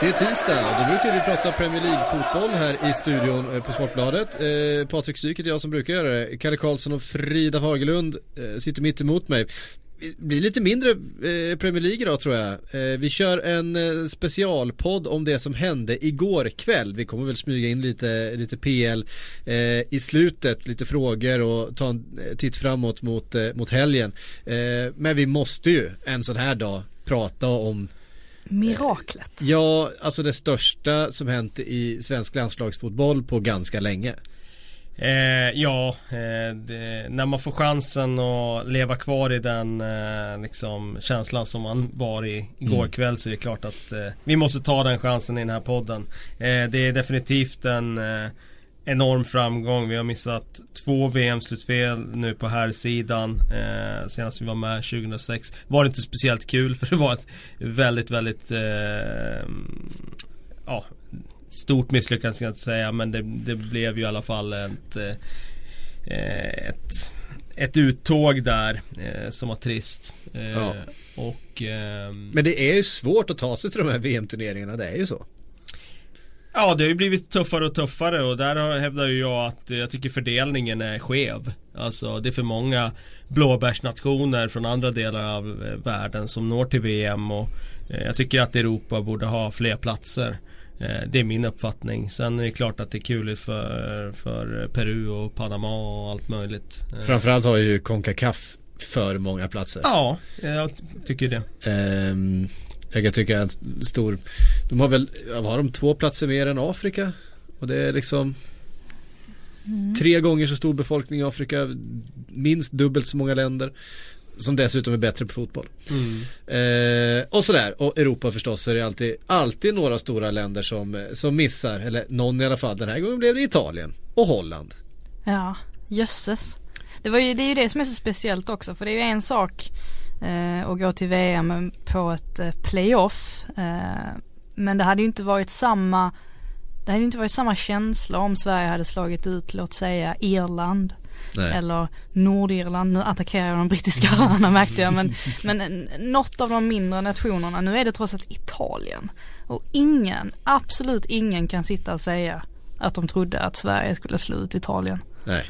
Det är tisdag och då brukar vi prata Premier League-fotboll här i studion på Sportbladet. Patrik Syk heter jag som brukar göra det. Kalle Karlsson och Frida Hagelund sitter mitt emot mig. Det blir lite mindre Premier League idag tror jag. Vi kör en specialpodd om det som hände igår kväll. Vi kommer väl smyga in lite PL i slutet, lite frågor och ta en titt framåt mot helgen. Men vi måste ju en sån här dag prata om miraklet. Ja, alltså det största som hänt i svensk landslagsfotboll på ganska länge. När man får chansen att leva kvar i den liksom känslan som man var i igår kväll, så är det klart att vi måste ta den chansen i den här podden. Det är definitivt en enorm framgång. Vi har missat 2 VM-slutspel nu på här sidan. Senast vi var med 2006 var det inte speciellt kul, för det var ett väldigt stort misslyckande ska jag inte säga, men det blev ju i alla fall ett uttåg där som var trist. Men det är ju svårt att ta sig till de här VM-turneringarna, det är ju så. Ja, det har ju blivit tuffare och tuffare, och där hävdar ju jag att jag tycker fördelningen är skev. Alltså det är för många blåbärsnationer från andra delar av världen som når till VM, och jag tycker att Europa borde ha fler platser. Det är min uppfattning. Sen är det klart att det är kul för Peru och Panama och allt möjligt. Framförallt har ju CONCACAF för många platser. Ja, jag tycker det. Jag tycker att de har de 2 platser mer än Afrika, och det är liksom 3 gånger så stor befolkning i Afrika, minst dubbelt så många länder som dessutom är bättre på fotboll. Och sådär. Och Europa förstås är det alltid några stora länder som missar, eller någon i alla fall. Den här gången blev det Italien och Holland. Ja, jösses. Det är ju det som är så speciellt också, för det är ju en sak att gå till VM på ett playoff, men det hade ju inte varit samma känsla om Sverige hade slagit ut, låt säga, Irland. Nej. Eller Nordirland. Nu attackerar jag de brittiska öarna, märkte jag, men något av de mindre nationerna. Nu är det trots allt Italien, och absolut ingen kan sitta och säga att de trodde att Sverige skulle slå ut Italien. Nej.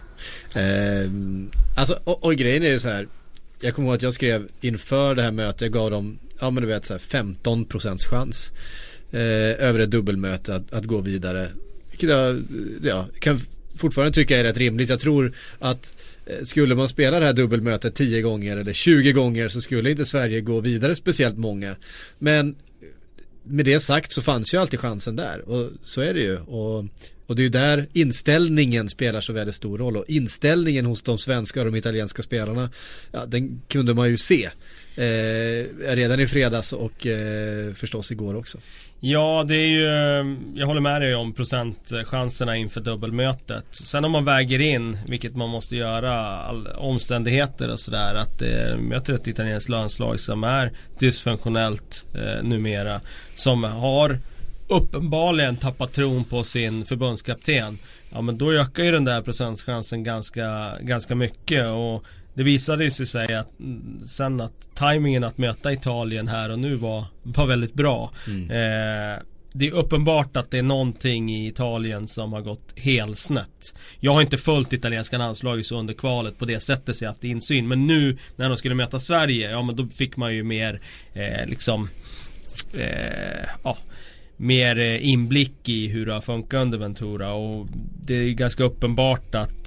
Alltså, och grejen är ju så här. Jag kommer ihåg att jag skrev inför det här mötet, jag gav dem, så här 15% chans över ett dubbelmöte att gå vidare. Vilket jag kan fortfarande tycka är rätt rimligt. Jag tror att skulle man spela det här dubbelmötet 10 gånger eller 20 gånger, så skulle inte Sverige gå vidare speciellt många. Men med det sagt så fanns ju alltid chansen där, och så är det ju. Och det är ju där inställningen spelar så väldigt stor roll, och inställningen hos de svenska och de italienska spelarna, ja, den kunde man ju se redan i fredags och förstås igår också. Ja, det är ju, jag håller med dig om procentchanserna inför dubbelmötet. Sen om man väger in, vilket man måste göra, omständigheter och sådär, att möter ett italienskt landslag som är dysfunktionellt numera, som har uppenbarligen tappat tron på sin förbundskapten, ja, men då ökar ju den där procentchansen ganska mycket. Och det visade sig att sen att tajmingen att möta Italien här och nu var väldigt bra. Det är uppenbart att det är någonting i Italien som har gått helt snett. Jag har inte följt italienska landslaget så under kvalet på det sättet, så jag har haft insyn. Men nu när de skulle möta Sverige, ja, men då fick man ju mer mer inblick i hur det har funkat under Ventura. Och det är ganska uppenbart att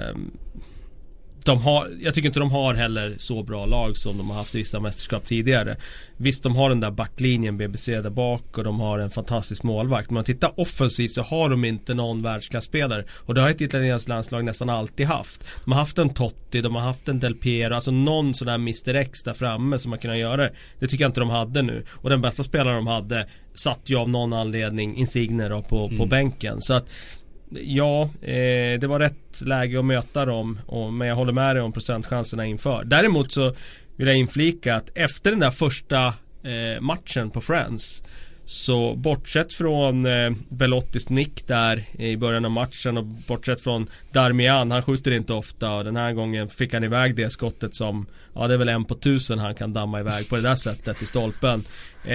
jag tycker inte de har heller så bra lag som de har haft i vissa mästerskap tidigare. Visst, de har den där backlinjen BBC där bak, och de har en fantastisk målvakt. Men om man tittar offensivt så har de inte någon världsklasspelare, och det har ett italienskt landslag nästan alltid haft. De har haft en Totti, de har haft en Del Piero, alltså någon sån där Mr. X där framme som man kan göra. Det tycker jag inte de hade nu. Och den bästa spelaren de hade satt ju av någon anledning Insigne då på bänken. Så att ja, det var rätt läge att möta dem, men jag håller med dig om procentchanserna inför. Däremot så vill jag inflika att efter den där första matchen på Friends, så bortsett från Belottis nick där i början av matchen, och bortsett från Darmian, han skjuter inte ofta, och den här gången fick han iväg det skottet som, ja, det är väl 1 på 1000 han kan damma iväg på det där sättet i stolpen.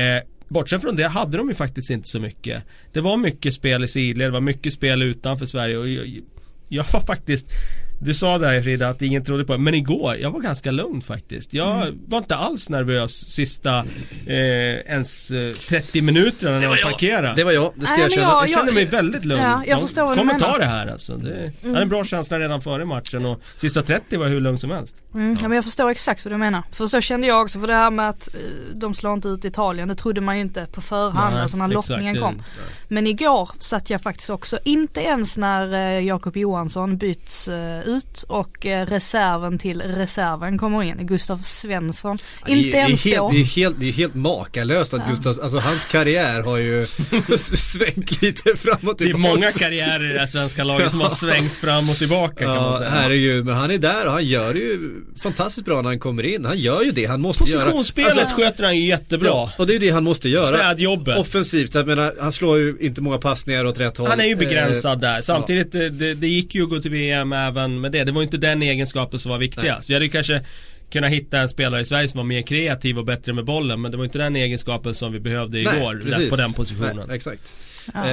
bortsett från det hade de ju faktiskt inte så mycket. Det var mycket spel i sidled, det var mycket spel utanför Sverige och jag var faktiskt, du sa där Frida att ingen trodde på det, men igår, jag var ganska lugn faktiskt. Jag var inte alls nervös sista ens 30 minuter när jag parkerade. Det var jag, det ska jag känna. Jag känner mig väldigt lugn. Ja, jag förstår vad du kommer menar. ta det här alltså. Det hade en bra känsla redan före matchen och sista 30 var hur lugn som helst. Ja, men jag förstår exakt vad du menar. För så kände jag också, för det här med att de slår inte ut Italien, det trodde man ju inte på förhand, alltså när lottningen kom. Men igår satt jag faktiskt också, inte ens när Jakob Johansson byts ut och reserven till reserven kommer in, Gustav Svensson. Inte ens då. Det är helt makalöst att Gustav, alltså hans karriär har ju svängt lite fram och tillbaka. Det är många karriärer i det svenska laget som har svängt fram och tillbaka kan man säga. Herregud, men han är där och han gör det ju fantastiskt bra när han kommer in. Han gör ju det han måste göra. Positionsspelet sköter han ju jättebra. Ja, och det är ju det han måste göra. Städjobbet. Offensivt, jag menar, han slår ju inte många passningar åt rätt håll. Han är ju begränsad där. Samtidigt, det gick ju att gå till VM även med det. Det var ju inte den egenskapen som var viktigast. Vi hade ju kanske kunnat hitta en spelare i Sverige som var mer kreativ och bättre med bollen, men det var inte den egenskapen som vi behövde igår. Nej, på den positionen. Nej, exakt. Ja.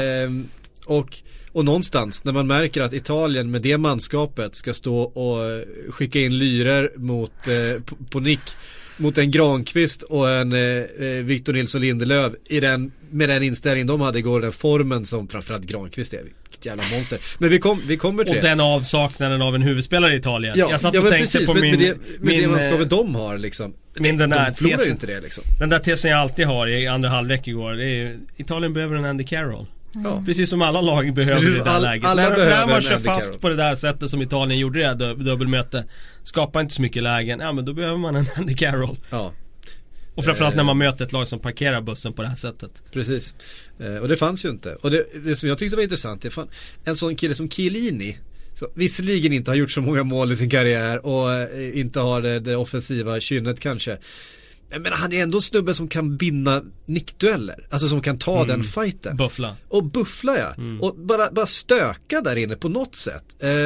Och någonstans när man märker att Italien med det manskapet ska stå och skicka in lyrer mot på nick mot en Granqvist och en Victor Nilsson Lindelöf med den inställning de hade igår, den formen som framförallt Granqvist är, vilket jävla monster. Men vi kommer till och den avsaknaden av en huvudspelare i Italien. Ja, jag satt och tänkte precis, på med det manskapet de har liksom. Den där tesen, inte det liksom. Den där tesen jag alltid har i andra halvlek igår, det är Italien behöver en Andy Carroll. Ja. Precis som alla lag behöver i det där läget. När man kör fast Carroll på det där sättet som Italien gjorde det här dubbelmöte, skapar inte så mycket lägen. Ja, men då behöver man en Andy Carroll. Ja. Och framförallt när man möter ett lag som parkerar bussen på det här sättet. Precis. Och det fanns ju inte. Och det som jag tyckte var intressant, det fann en sån kille som Chiellini, så visserligen inte har gjort så många mål i sin karriär och inte har det offensiva kynnet kanske. Men han är ändå en snubbe som kan vinna nickdueller. Alltså som kan ta den fighten. Buffla. Och buffla, ja. Och bara stöka där inne på något sätt.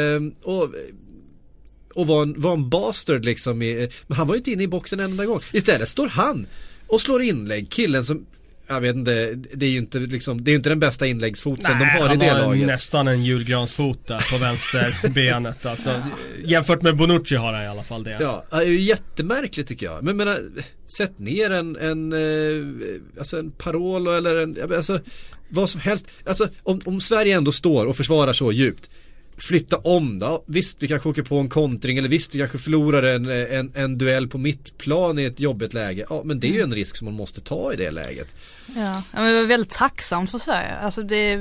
Och var en bastard liksom. Men han var ju inte inne i boxen en enda gång. Istället står han och slår inlägg. Killen som, jag vet inte, det är ju inte liksom, det är inte den bästa inläggsfoten de har i det laget. Nej, nästan en julgransfot där på vänster benet. Alltså, jämfört med Bonucci har han i alla fall det. Ja, det är ju jättemärkligt tycker jag. Men menar, sätt ner en parol eller alltså vad som helst. Alltså om Sverige ändå står och försvarar så djupt, flytta om då. Visst, vi kanske åker på en kontring, eller visst, vi kanske förlorar en duell på mittplan i ett jobbigt läge. Ja, men det är ju en risk som man måste ta i det läget. Ja, men det var väldigt tacksamt för Sverige. Alltså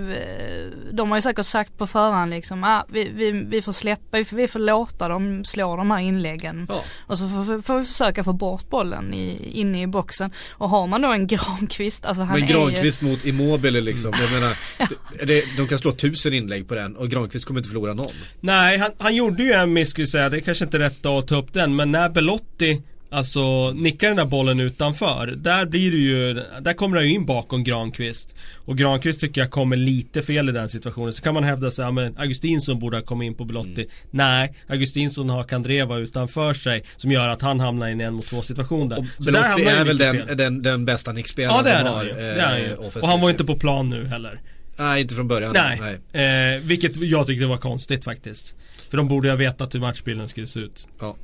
de har ju säkert sagt på förhand liksom, vi får släppa, vi får låta dem slå de här inläggen. Ja. Och så får vi försöka få bort bollen inne i boxen. Och har man då en Granqvist, alltså han Granqvist mot Immobile liksom. Jag menar, de kan slå 1000 inlägg på den och Granqvist kommer inte förlora någon. Nej, han gjorde ju en miss, skulle säga. Det är kanske inte rätt att ta upp den, men när Belotti alltså nickar den där bollen utanför, där kommer han ju in bakom Granqvist. Och Granqvist tycker jag kommer lite fel i den situationen. Så kan man hävda sig, men Augustinsson borde ha kommit in på Belotti. Nej, Augustinsson har Kandreva utanför sig som gör att han hamnar i en 1-mot-2 situation där. Så Belotti är väl den bästa nickspelaren. Ja, det är han. Och han var inte på plan nu heller. Nej, inte från början. Nej. Vilket jag tyckte var konstigt faktiskt. För de borde ha vetat hur matchbilden skulle se ut. Ja.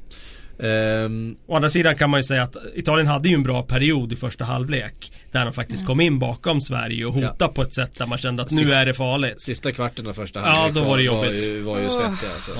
Å andra sidan kan man ju säga att Italien hade ju en bra period i första halvlek där de faktiskt kom in bakom Sverige och hotade på ett sätt där man kände att nu är det farligt. Sista kvarten av första halvlek då var det jobbigt. var ju svettiga alltså.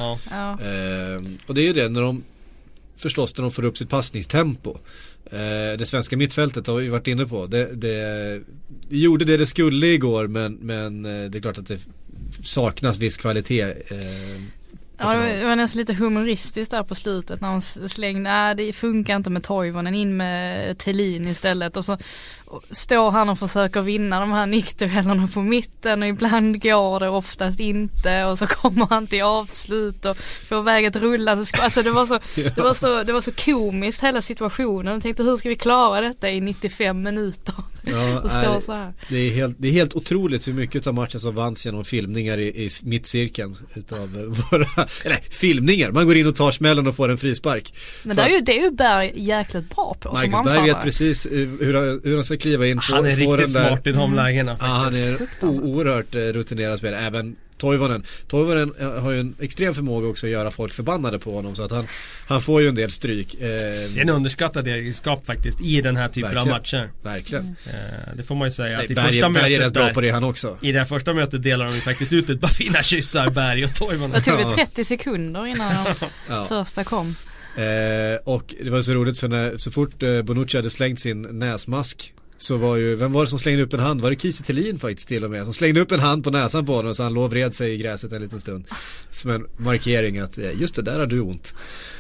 Och det är ju det när de får upp sitt passningstempo. Det svenska mittfältet har vi varit inne på. Det gjorde det skulle igår, men det är klart att det saknas viss kvalitet. Ja, det var nästan lite humoristiskt där på slutet när hon slängde, det funkar inte med Toivonen, in med Thelin istället, och så står han och försöker vinna de här nickduellerna på mitten och ibland går det, oftast inte, och så kommer han till avslut och får vägen att rulla. Alltså det var så komiskt hela situationen. Jag tänkte, hur ska vi klara detta i 95 minuter? och står så här. Det är helt otroligt hur mycket av matchen som vanns genom filmningar i mittcirkeln utav våra, eller filmningar, man går in och tar smällen och får en frispark. Men det är ju Berg jäkligt bra på. Marcus Berg vet precis hur han ska kliva in. Han är riktigt smart i de lägena faktiskt. Han är oerhört rutinerad spelare. Även Toivonen har ju en extrem förmåga också att göra folk förbannade på honom, så att han får ju en del stryk. Det är en underskattad egenskap faktiskt i den här typen av matcher. Verkligen. Det får man ju säga. Att i första mötet är rätt bra på det han också. I det här första mötet delar de ju faktiskt ut ett par fina kyssar, Berg och Toivonen. Jag tog det 30 sekunder innan de första kom. Och det var så roligt, för när så fort Bonucci hade slängt sin näsmask, så var ju, vem var det som slängde upp en hand? Var det Kiese Thelin faktiskt till och med, som slängde upp en hand på näsan på honom, så han låg vred sig i gräset en liten stund som en markering att just det, där har du ont.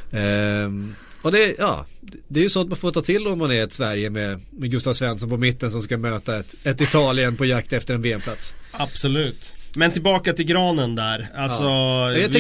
Och det är ju sånt man får ta till om man är ett Sverige med Gustav Svensson på mitten som ska möta ett Italien på jakt efter en VM-plats. Absolut. Men tillbaka till granen där. Alltså, jag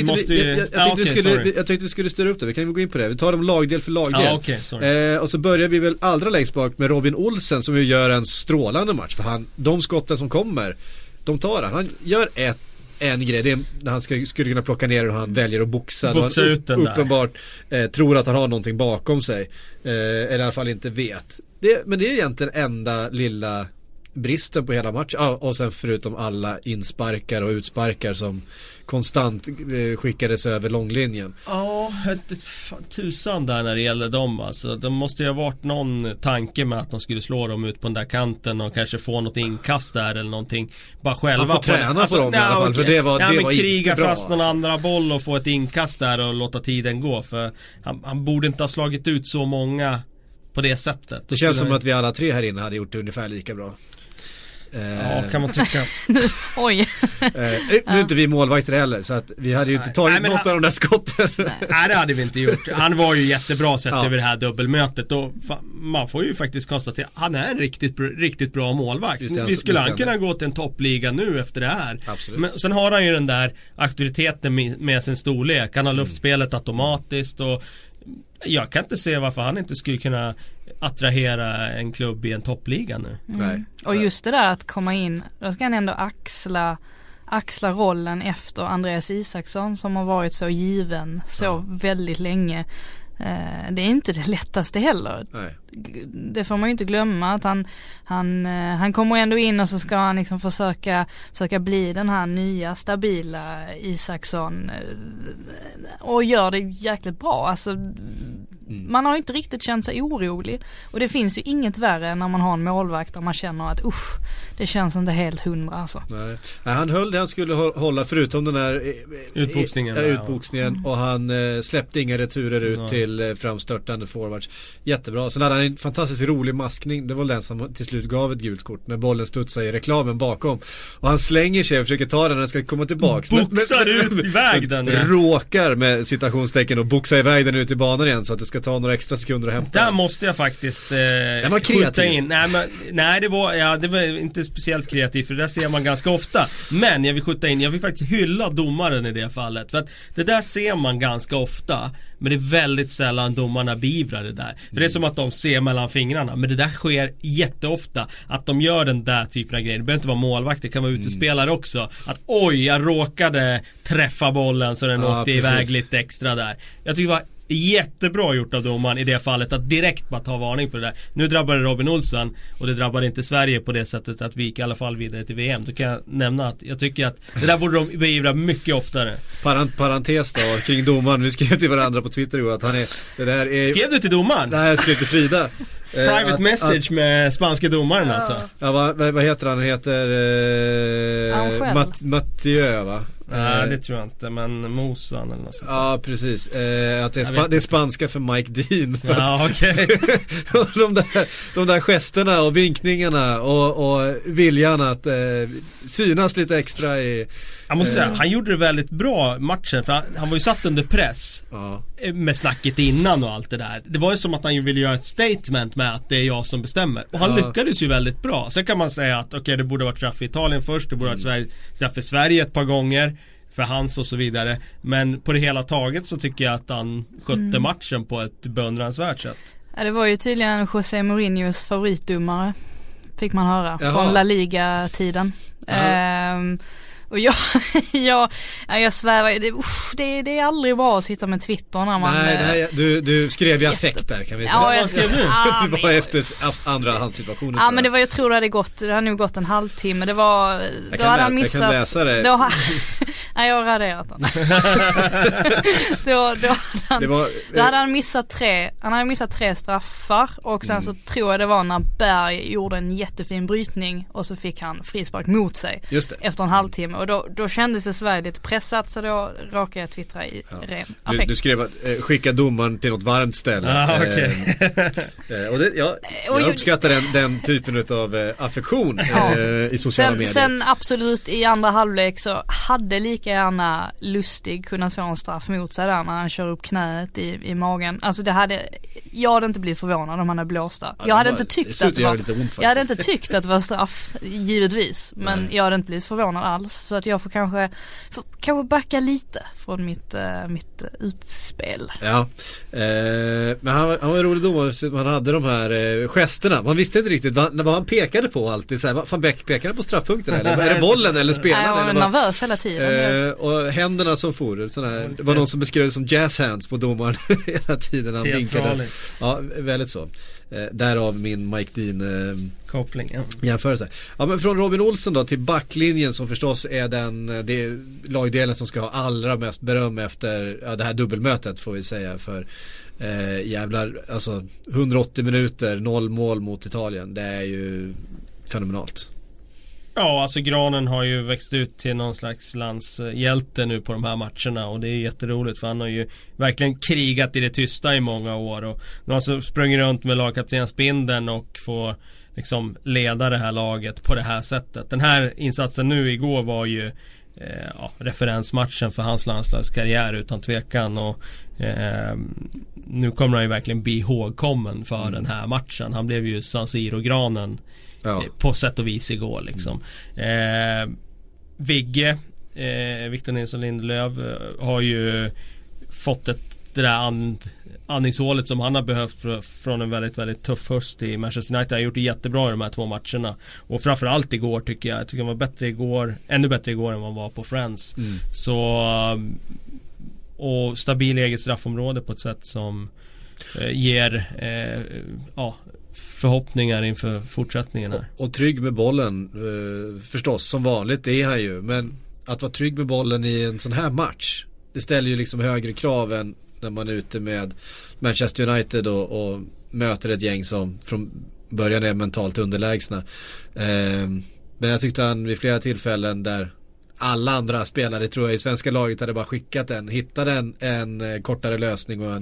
tänkte vi skulle styra upp det. Vi kan ju gå in på det. Vi tar dem lagdel för lagdel. Och så börjar vi väl allra längst bak med Robin Olsen, som ju gör en strålande match. För de skotten som kommer, de tar han. Han gör en grej, det är när han skulle kunna plocka ner och han väljer att boxa ut den uppenbart tror att han har någonting bakom sig, eller i alla fall inte vet men det är egentligen enda lilla bristen på hela matchen, och sen förutom alla insparkar och utsparkar som konstant skickades över långlinjen. Ja, tusan där när det gäller dem alltså. Det måste ju ha varit någon tanke med att de skulle slå dem ut på den där kanten och kanske få något inkast där eller någonting. Bara själva man får träna på dem i alla fall, för det var kriga inte bra, fast någon andra boll och få ett inkast där och låta tiden gå, för han borde inte ha slagit ut så många på det sättet. Det känns som att vi alla tre här inne hade gjort det ungefär lika bra. Ja, kan man tycka. Oj. Nu är inte vi målvakter heller, så att vi hade ju inte tagit något av de där skotten. Nej, det hade vi inte gjort. Han var ju jättebra sett över det här dubbelmötet, och man får ju faktiskt konstatera att han är en riktigt bra målvakt. Vi skulle kunna gå till en toppliga nu efter det här. Absolut. Men sen har han ju den där auktoriteten med sin storlek. Han har luftspelet automatiskt, och jag kan inte se varför han inte skulle kunna attrahera en klubb i en toppliga nu. Nej. Och just det där att komma in, då ska han ändå axla rollen efter Andreas Isaksson, som har varit så given så väldigt länge. Det är inte det lättaste heller. Nej. Det får man ju inte glömma, att han kommer ändå in och så ska han liksom försöka bli den här nya stabila Isaksson, och gör det jäkligt bra. Alltså man har inte riktigt känt sig orolig, och det finns ju inget värre när man har en målvakt där man känner att det känns inte helt 100 alltså. Nej. Han höll det han skulle hålla, förutom den här utboxningen, och han släppte inga returer ut till framstörtande forwards. Jättebra. Sen hade han en fantastiskt rolig maskning. Det var den som till slut gav ett gult kort när bollen studsar i reklamen bakom, och han slänger sig och försöker ta den när den ska komma tillbaks, boxar ut iväg den, råkar med citationstecken och boxar iväg den ut i banan igen, så att det ska ta några extra sekunder att hämta. Där måste jag faktiskt skjuta in. Nej, det var inte speciellt kreativt, för det där ser man ganska ofta. Men jag vill skjuta in, jag vill faktiskt hylla domaren i det fallet, för att det där ser man ganska ofta, men det är väldigt sällan domarna beivrar det där. För det är som att de ser mellan fingrarna, men det där sker jätteofta, att de gör den där typen av grejer. Det behöver inte vara målvakt, det kan vara utespelare också. Att jag råkade träffa bollen så den åkte iväg lite extra där. Jag tycker det var jättebra gjort av domaren i det fallet, att direkt bara ta varning på det där. Nu drabbar det Robin Olsen, och det drabbar inte Sverige på det sättet att vi gick i alla fall vidare till VM. Då kan jag nämna att jag tycker att det där borde de beivra mycket oftare. Parentes då kring domaren. Vi skrev till varandra på Twitter att han är... Skrev du till domaren? Nej, jag skrev till Frida. Private message med spanska domaren alltså. Ja, vad heter han? Han heter Mathieu, va? Nej, det tror jag inte, men Mosan eller något sånt. Ja, precis. Att det är spanska för Mike Dean. Okej. de där gesterna och vinkningarna och viljan att synas lite extra i... Jag måste säga, han gjorde det väldigt bra matchen, för han var ju satt under press med snacket innan och allt det där. Det var ju som att han ville göra ett statement med att det är jag som bestämmer. Och han lyckades ju väldigt bra. Sen kan man säga att det borde varit straff i Italien först, det borde varit straff för Sverige ett par gånger, för hans och så vidare. Men på det hela taget så tycker jag att han skötte matchen på ett beundransvärt sätt. Ja, det var ju tydligen José Mourinhos favoritdomare fick man höra. Jaha. Från La Liga-tiden. Och jag svävar, det är aldrig bra att sitta med Twitter när man... Nej, du skrev ju affekt där, kan vi säga. Ja, Vad skrev du? Det var efter andra handssituationen. Ja, men det var, jag tror det hade nog gått en halvtimme. Det var, då hade han missat... Jag kan läsa det. Nej, jag har raderat den. Då hade han missat tre straffar. Och sen så tror jag det var när Berg gjorde en jättefin brytning. Och så fick han frispark mot sig. Just det. Efter en halvtimme. Och då kändes det Sverige lite pressat. Så då råkade jag twittra i ren affekt. Du skrev att skicka domaren till något varmt ställe. Okay. Och jag uppskattar den typen av affektion i sociala medier. Sen absolut i andra halvlek så hade lika gärna Lustig kunnat få en straff mot sig där när han kör upp knät i magen. Alltså jag hade inte blivit förvånad om han hade blåst där. Jag hade inte tyckt att det var straff, givetvis. Men jag hade inte blivit förvånad alls. Så att jag får kanske backa lite från mitt utspel. Ja, men han var rolig domare. Man hade de här gesterna. Man visste inte riktigt vad han pekade på alltid. Så här, vad fan pekade på straffpunkten? Eller är det bollen eller spelaren? Jag var nervös hela tiden. Och händerna som for. Det var någon som beskrev det som jazz hands på domaren hela tiden. Han vinkade. Ja, väldigt så. Därav min Mike Dean koppling, jämförelse. Ja, men från Robin Olsen då till backlinjen som förstås är det lagdelen som ska ha allra mest beröm efter det här dubbelmötet, får vi säga, för jävlar, alltså 180 minuter, 0 mål mot Italien, det är ju fenomenalt. Ja, alltså Granen har ju växt ut till någon slags landshjälte nu på de här matcherna, och det är jätteroligt för han har ju verkligen krigat i det tysta i många år, och nu har alltså sprungit runt med lagkaptensbindeln och får liksom leda det här laget på det här sättet. Den här insatsen nu igår var ju referensmatchen för hans landslagskarriär utan tvekan, och nu kommer han ju verkligen bli ihågkommen för den här matchen. Han blev ju San Siro-granen på sätt och vis igår liksom. Vigge, Victor Nilsson Lindelöf har ju fått det där andningshålet som han har behövt från en väldigt, väldigt tuff höst i Manchester United. Han har gjort det jättebra i de här 2 matcherna, och framförallt igår tycker jag han var bättre igår, ännu bättre igår än vad han var på Friends. Så och stabil eget straffområde på ett sätt som ger förhoppningar inför fortsättningen här. Och trygg med bollen förstås, som vanligt är han ju, men att vara trygg med bollen i en sån här match, det ställer ju liksom högre krav än när man är ute med Manchester United och möter ett gäng som från början är mentalt underlägsna. Men jag tyckte han vid flera tillfällen där alla andra spelare, tror jag, i svenska laget hade bara skickat hittade en kortare lösning och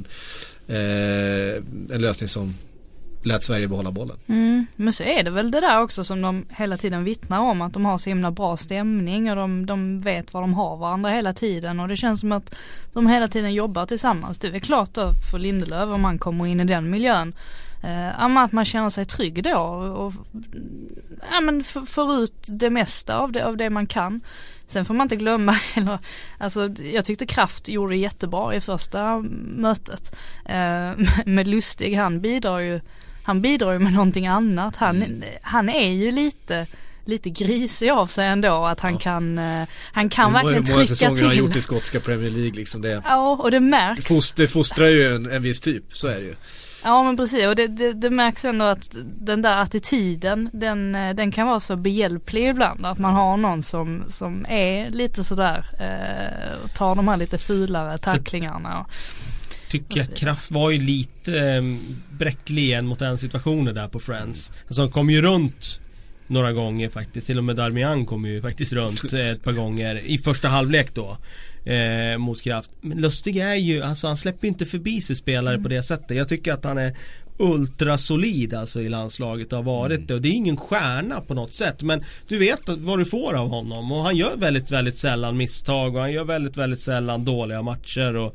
en lösning som lät Sverige behålla bollen. Men så är det väl det där också som de hela tiden vittnar om, att de har så himla bra stämning och de vet vad de har varandra hela tiden, och det känns som att de hela tiden jobbar tillsammans. Det är väl klart då för Lindelöf, om man kommer in i den miljön, att man känner sig trygg då och får ut det mesta av det man kan. Sen får man inte glömma, alltså jag tyckte Kraft gjorde det jättebra i första mötet med Lustig. Han bidrar ju med någonting annat. Han är ju lite grisig av sig ändå, att han kan verkligen trycka till. Säsonger har gjort i skotska Premier League liksom det. Ja, och det märks. Det fostrar ju en viss typ, så är det ju. Ja, men precis, och det märks ändå att den där attityden, den kan vara så behjälplig ibland, att man har någon som är lite sådär och tar de här lite fulare tacklingarna. Tycker jag Kraft var ju lite bräcklig igen mot den situationen där på Friends. Alltså han kom ju runt några gånger faktiskt, till och med Darmian kom ju faktiskt runt ett par gånger i första halvlek då mot Kraft. Men Lustig är ju, alltså han släpper inte förbi sig spelare på det sättet. Jag tycker att han är ultrasolid alltså i landslaget, har varit det, och det är ingen stjärna på något sätt, men du vet vad du får av honom, och han gör väldigt, väldigt sällan misstag, och han gör väldigt, väldigt sällan dåliga matcher, och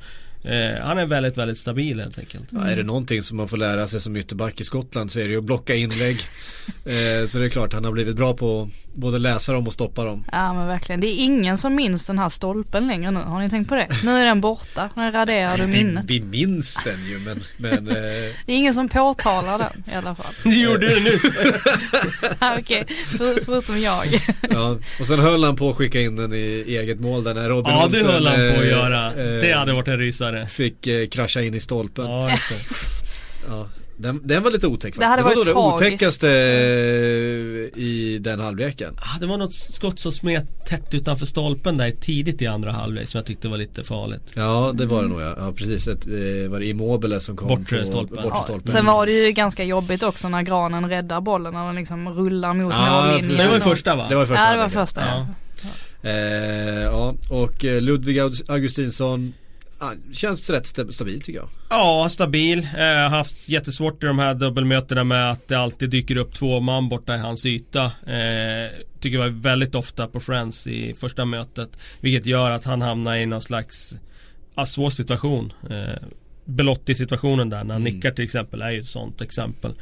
Han är väldigt, väldigt stabil helt enkelt. Ja, är det någonting som man får lära sig som ytterback i Skottland så är det ju att blocka inlägg. Så det är klart, han har blivit bra på både läsa dem och stoppa dem. Ja men verkligen, det är ingen som minns den här stolpen längre nu. Har ni tänkt på det? Nu är den borta, den raderar du minnet. Vi minns den ju men det är ingen som påtalar den i alla fall. Det gjorde du nyss. Okej, förutom jag. Ja, och sen höll han på att skicka in den i eget mål där när Robin Ja, Olsen, det höll han på att göra. Det hade varit en rysare. Fick krascha in i stolpen. Ja, just det. Ja, den var lite otäck. Det hade varit det tragiskt. otäckaste i den halvleken. Det var något skott som smet tätt utanför stolpen där tidigt i andra halvlek som jag tyckte var lite farligt. Ja, det var det nog. Ja, precis. Var det Immobile som kom bortre stolpen. Ja, sen var det ju ganska jobbigt också när Granen räddar bollen och den liksom rullar mot mållinjen. Det var ju första, va? Det var första. Ja, det var första. Ja. Ja, och Ludvig Augustinsson känns rätt stabil tycker jag. Ja, stabil. Haft jättesvårt i de här dubbelmötena med att det alltid dyker upp 2 man borta i hans yta. Tycker jag var väldigt ofta på Friends i första mötet, vilket gör att han hamnar i någon slags svår situation. Belotti-situationen där när han nickar till exempel är ju ett sånt exempel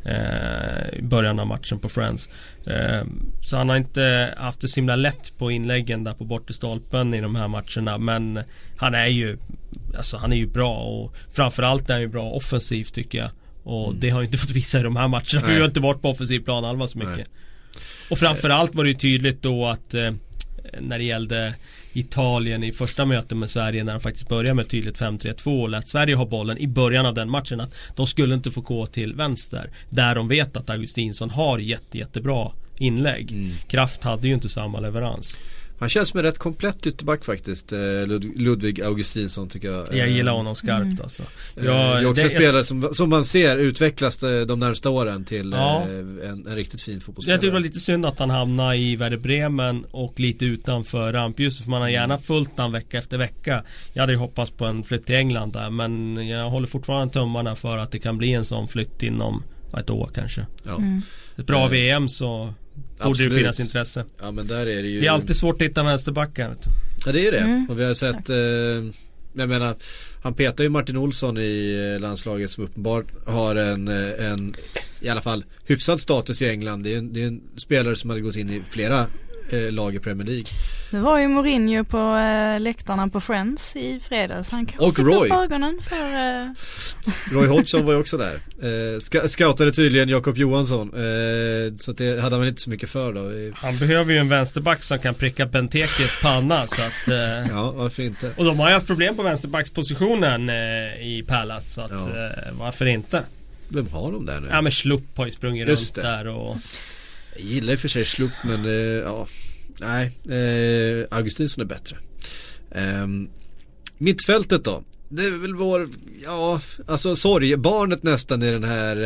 i början av matchen på Friends. Så han har inte haft det så himla lätt på inläggen där på bortre stolpen i de här matcherna, men han är ju bra, och framförallt är han ju bra offensivt tycker jag, och det har ju inte fått visa i de här matcherna för vi har inte varit på offensiv plan alva så mycket. Och framförallt var det ju tydligt då att när det gällde Italien i första mötet med Sverige, när de faktiskt började med tydligt 5-3-2 och lät Sverige ha bollen i början av den matchen, att de skulle inte få gå till vänster där de vet att Augustinsson har jättebra inlägg. Kraft hade ju inte samma leverans. Han känns som en rätt komplett ytterback faktiskt, Ludvig Augustinsson tycker jag. Jag gillar honom skarpt alltså. Jag är också en spelare som man ser utvecklas de närmsta åren till en riktigt fin fotbollsspelare. Jag tycker det var lite synd att han hamnade i Werder Bremen och lite utanför rampljuset, för man har gärna följt han vecka efter vecka. Jag hade ju hoppats på en flytt till England där, men jag håller fortfarande tummarna för att det kan bli en sån flytt inom ett år kanske. Ja. Ett bra VM så borde det finnas intresse. Ja, men där är det ju. Det är alltid svårt att hitta vänsterbackar. Ja, det är det. Och vi har sett jag menar, han petar ju Martin Olsson i landslaget som uppenbart har en i alla fall hyfsad status i England. Det är en spelare som hade gått in i flera lag i Premier League. Det var ju Mourinho på läktarna på Friends i fredags. Han kanske och Roy. upp ögonen för Roy Hodgson var ju också där. Scoutade tydligen Jakob Johansson. Så det hade han inte så mycket för då. Han behöver ju en vänsterback som kan pricka Bentekes panna så att, ja, varför inte? Och de har ju haft problem på vänsterbackspositionen i Palace, så att varför inte? Vem har de där nu? Ja, men Schlupp har ju sprungit runt där och... Jag gillar i och för sig Schlupp, men Augustinsson är bättre. Mittfältet då? Det är väl sorgebarnet nästan i den här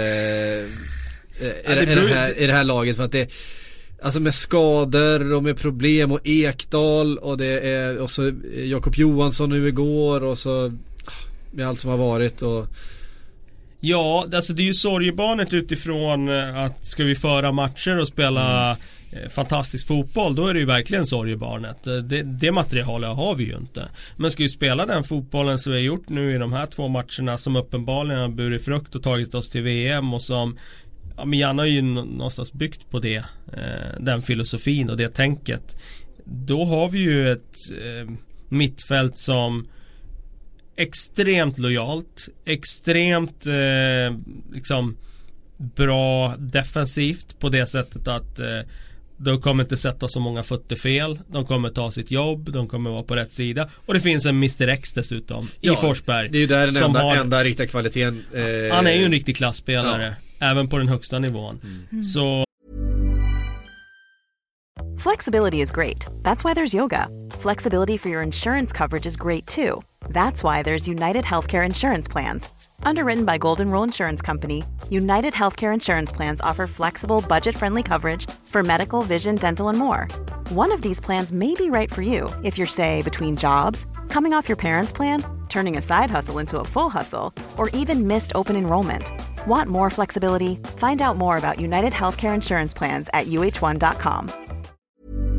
i det här laget, för att det alltså med skador och med problem och Ekdal och det är och så Jakob Johansson nu igår och så med allt som har varit och ja, alltså det är ju sorgebarnet utifrån att ska vi föra matcher och spela fantastisk fotboll, då är det ju verkligen sorgebarnet. Det materialet har vi ju inte. Men ska vi spela den fotbollen som vi har gjort nu i de här 2 matcherna, som uppenbarligen har burit frukt och tagit oss till VM, och som Janne har ju någonstans byggt på det, den filosofin och det tänket. Då har vi ju ett mittfält som extremt lojalt, extremt liksom bra defensivt på det sättet att de kommer inte sätta så många fötter fel, de kommer ta sitt jobb, de kommer vara på rätt sida, och det finns en Mr. X dessutom i Forsberg. Det är ju där den enda riktiga kvaliteten. Han är ju en riktig klassspelare även på den högsta nivån. Så Flexibility is great. That's why there's yoga. Flexibility for your insurance coverage is great too. That's why there's United Healthcare Insurance Plans. Underwritten by Golden Rule Insurance Company, United Healthcare Insurance Plans offer flexible, budget-friendly coverage for medical, vision, dental, and more. One of these plans may be right for you if you're, say, between jobs, coming off your parents' plan, turning a side hustle into a full hustle, or even missed open enrollment. Want more flexibility? Find out more about United Healthcare Insurance Plans at uh1.com.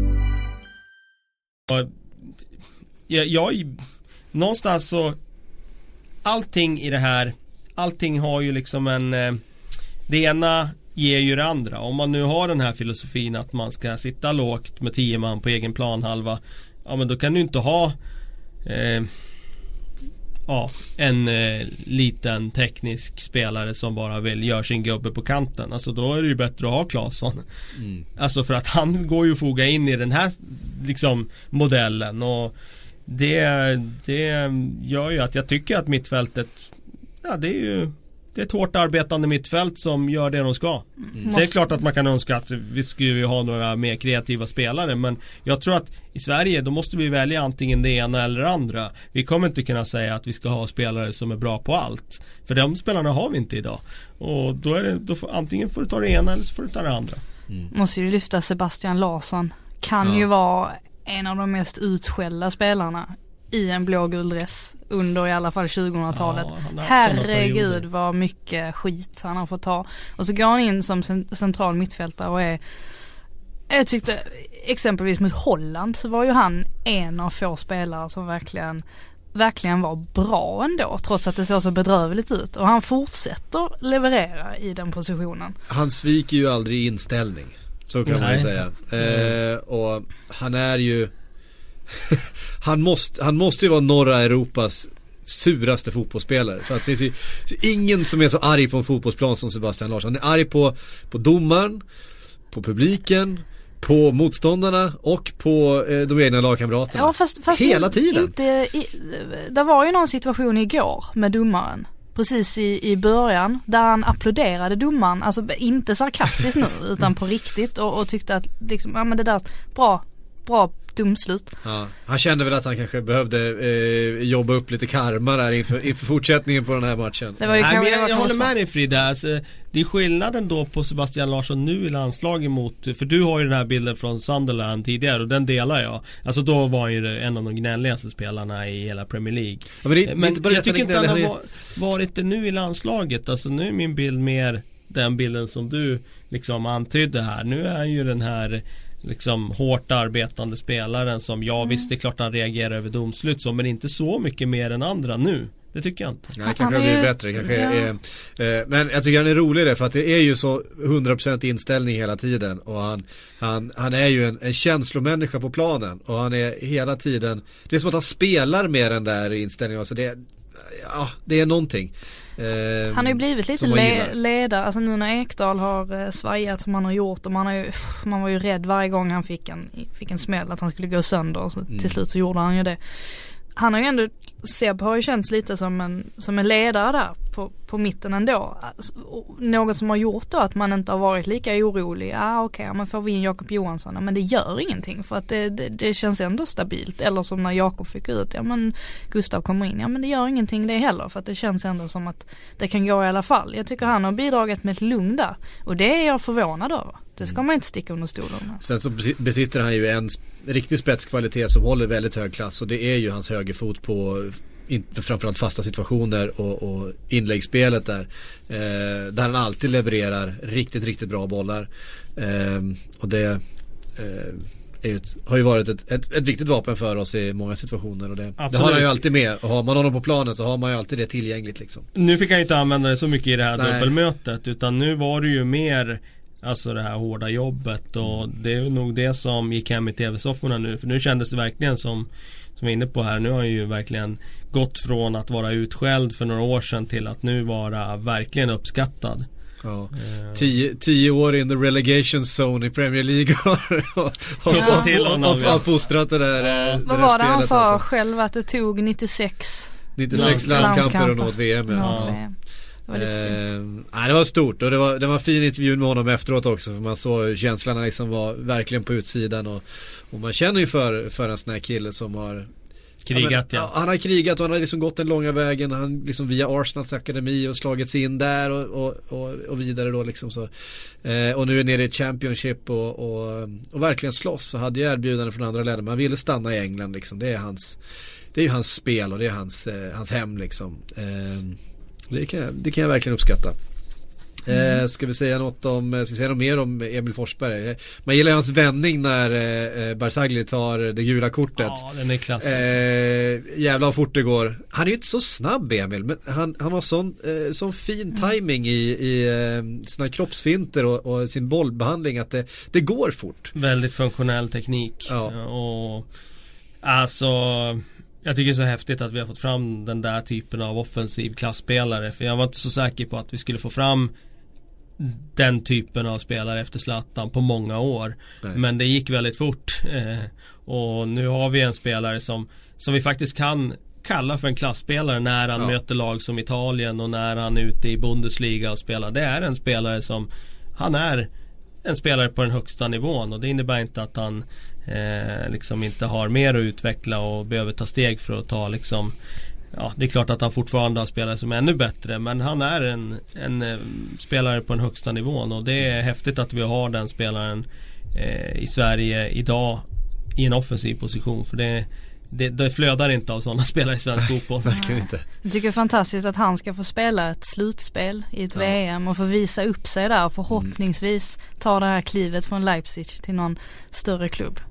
Jag någonstans så allting i det här, allting har ju liksom det ena ger ju det andra. Om man nu har den här filosofin att man ska sitta lågt med 10 man på egen planhalva, ja men då kan du inte ha en liten teknisk spelare som bara vill göra sin gubbe på kanten. Alltså då är det ju bättre att ha Claesson. Alltså för att han går ju att foga in i den här liksom modellen, och det gör ju att jag tycker att mittfältet, ja det är ett hårt arbetande mittfält som gör det de ska. Så det är klart att man kan önska att vi skulle ha några mer kreativa spelare, men jag tror att i Sverige då måste vi välja antingen det ena eller det andra. Vi kommer inte kunna säga att vi ska ha spelare som är bra på allt, för de spelarna har vi inte idag. Och då är det, antingen får du ta det ena eller så får du ta det andra. Måste ju lyfta Sebastian Larsson. Kan ju vara en av de mest utskällda spelarna i en blågul dress under i alla fall 2000-talet. Herregud vad mycket skit han har fått ta. Och så går han in som central mittfältare och jag tyckte exempelvis mot Holland så var ju han en av få spelare som verkligen var bra ändå, trots att det såg så bedrövligt ut. Och han fortsätter leverera i den positionen. Han sviker ju aldrig inställning, så kan man ju säga. Och han är ju han måste ju vara norra Europas suraste fotbollsspelare. För att det finns ju ingen som är så arg på en fotbollsplan som Sebastian Larsson. Han är arg på domaren, på publiken, på motståndarna och på de egna lagkamraterna. Ja, fast hela tiden. Det var ju någon situation igår med domaren precis i början där han applåderade domaren, alltså inte sarkastiskt nu utan på riktigt, och tyckte att liksom, ja men det där bra dumslut. Ja, han kände väl att han kanske behövde jobba upp lite karma där inför fortsättningen på den här matchen. Det var ju jag håller med dig, Frida. Alltså, det är skillnaden då på Sebastian Larsson nu i landslaget mot, för du har ju den här bilden från Sunderland tidigare och den delar jag. Alltså då var han ju en av de gnälligaste spelarna i hela Premier League. Ja, men jag tycker inte han har varit det nu i landslaget. Alltså nu är min bild mer den bilden som du liksom antydde här. Nu är ju den här liksom hårt arbetande spelaren som visst det är klart han reagerar över domslut så, men inte så mycket mer än andra nu. Det tycker jag inte. Nej, kanske har blivit bättre. Men jag tycker han är rolig det, för att det är ju så 100% inställning hela tiden. Och han är ju en känslomänniska på planen. Och han är hela tiden, det är som att han spelar med den där inställningen. Alltså det är någonting. Han har ju blivit lite ledare. Alltså nu när Ekdal har svajat som han har gjort, och man var ju rädd varje gång han fick en smäll att han skulle gå sönder, och så till slut så gjorde han ju det. Han har ju ändå, Seb har ju känts lite som en ledare där på mitten ändå. Något som har gjort då att man inte har varit lika orolig. Men får vi in Jakob Johansson? Men det gör ingenting, för att det känns ändå stabilt. Eller som när Jakob fick ut, Gustav kommer in. Men det gör ingenting det heller, för att det känns ändå som att det kan gå i alla fall. Jag tycker han har bidragit med ett lugn där, och det är jag förvånad över. Det ska man inte sticka under stolen. Sen så besitter han ju en riktig spetskvalitet som håller väldigt hög klass, och det är ju hans högerfot på framförallt fasta situationer och inläggsspelet där han alltid levererar riktigt, riktigt bra bollar. Och det har ju varit ett viktigt vapen för oss i många situationer, och det har han ju alltid med. Och har man honom på planen så har man ju alltid det tillgängligt liksom. Nu fick han ju inte använda det så mycket i det här dubbelmötet, utan nu var det ju mer alltså det här hårda jobbet, och det är nog det som gick hem i tv-sofforna nu, för nu kändes det verkligen som jag är inne på här, nu har ju verkligen gått från att vara utskälld för några år sedan till att nu vara verkligen uppskattad. Ja. 10 år in the relegation zone i Premier League har fostrat det där. Vad var det han sa själv, att det tog 96 landskamper och något VM. Det var lite fint. Det var stort, och det var en fin intervju med honom efteråt också, för man såg känslorna liksom var verkligen på utsidan, och man känner ju för en sån här kille som har krigat. Han har krigat, och han har liksom gått den långa vägen. Han liksom via Arsenals akademi och slagit sig in där och vidare då liksom så. Och nu är nere i Championship och verkligen slåss, och hade ju erbjudanden från andra länder, men han ville stanna i England liksom. Det är ju hans spel, och det är hans hem liksom. Det kan jag verkligen uppskatta. Ska vi säga något mer om Emil Forsberg? Man gillar hans vändning när Barzagli tar det gula kortet. Ja, den är klassisk. Jävlar vad fort det går. Han är ju inte så snabb, Emil, men han har sån fin timing i sina kroppsfinter och sin bollbehandling att det går fort. Väldigt funktionell teknik. Ja. Och alltså, jag tycker det är så häftigt att vi har fått fram den där typen av offensiv klassspelare, för jag var inte så säker på att vi skulle få fram den typen av spelare efter Zlatan på många år. Nej. Men det gick väldigt fort. Och nu har vi en spelare som vi faktiskt kan kalla för en klassspelare när han möter lag som Italien och när han är ute i Bundesliga och spelar. Det är en spelare som, han är en spelare på den högsta nivån, och det innebär inte att han liksom inte har mer att utveckla och behöver ta steg för att ta liksom, ja, det är klart att han fortfarande har spelare som är ännu bättre, men han är en spelare på den högsta nivån, och det är häftigt att vi har den spelaren i Sverige idag i en offensiv position, för det flödar inte av sådana spelare i svensk fotboll. Verkligen inte. Jag tycker det är fantastiskt att han ska få spela ett slutspel i ett VM och få visa upp sig där och förhoppningsvis ta det här klivet från Leipzig till någon större klubb.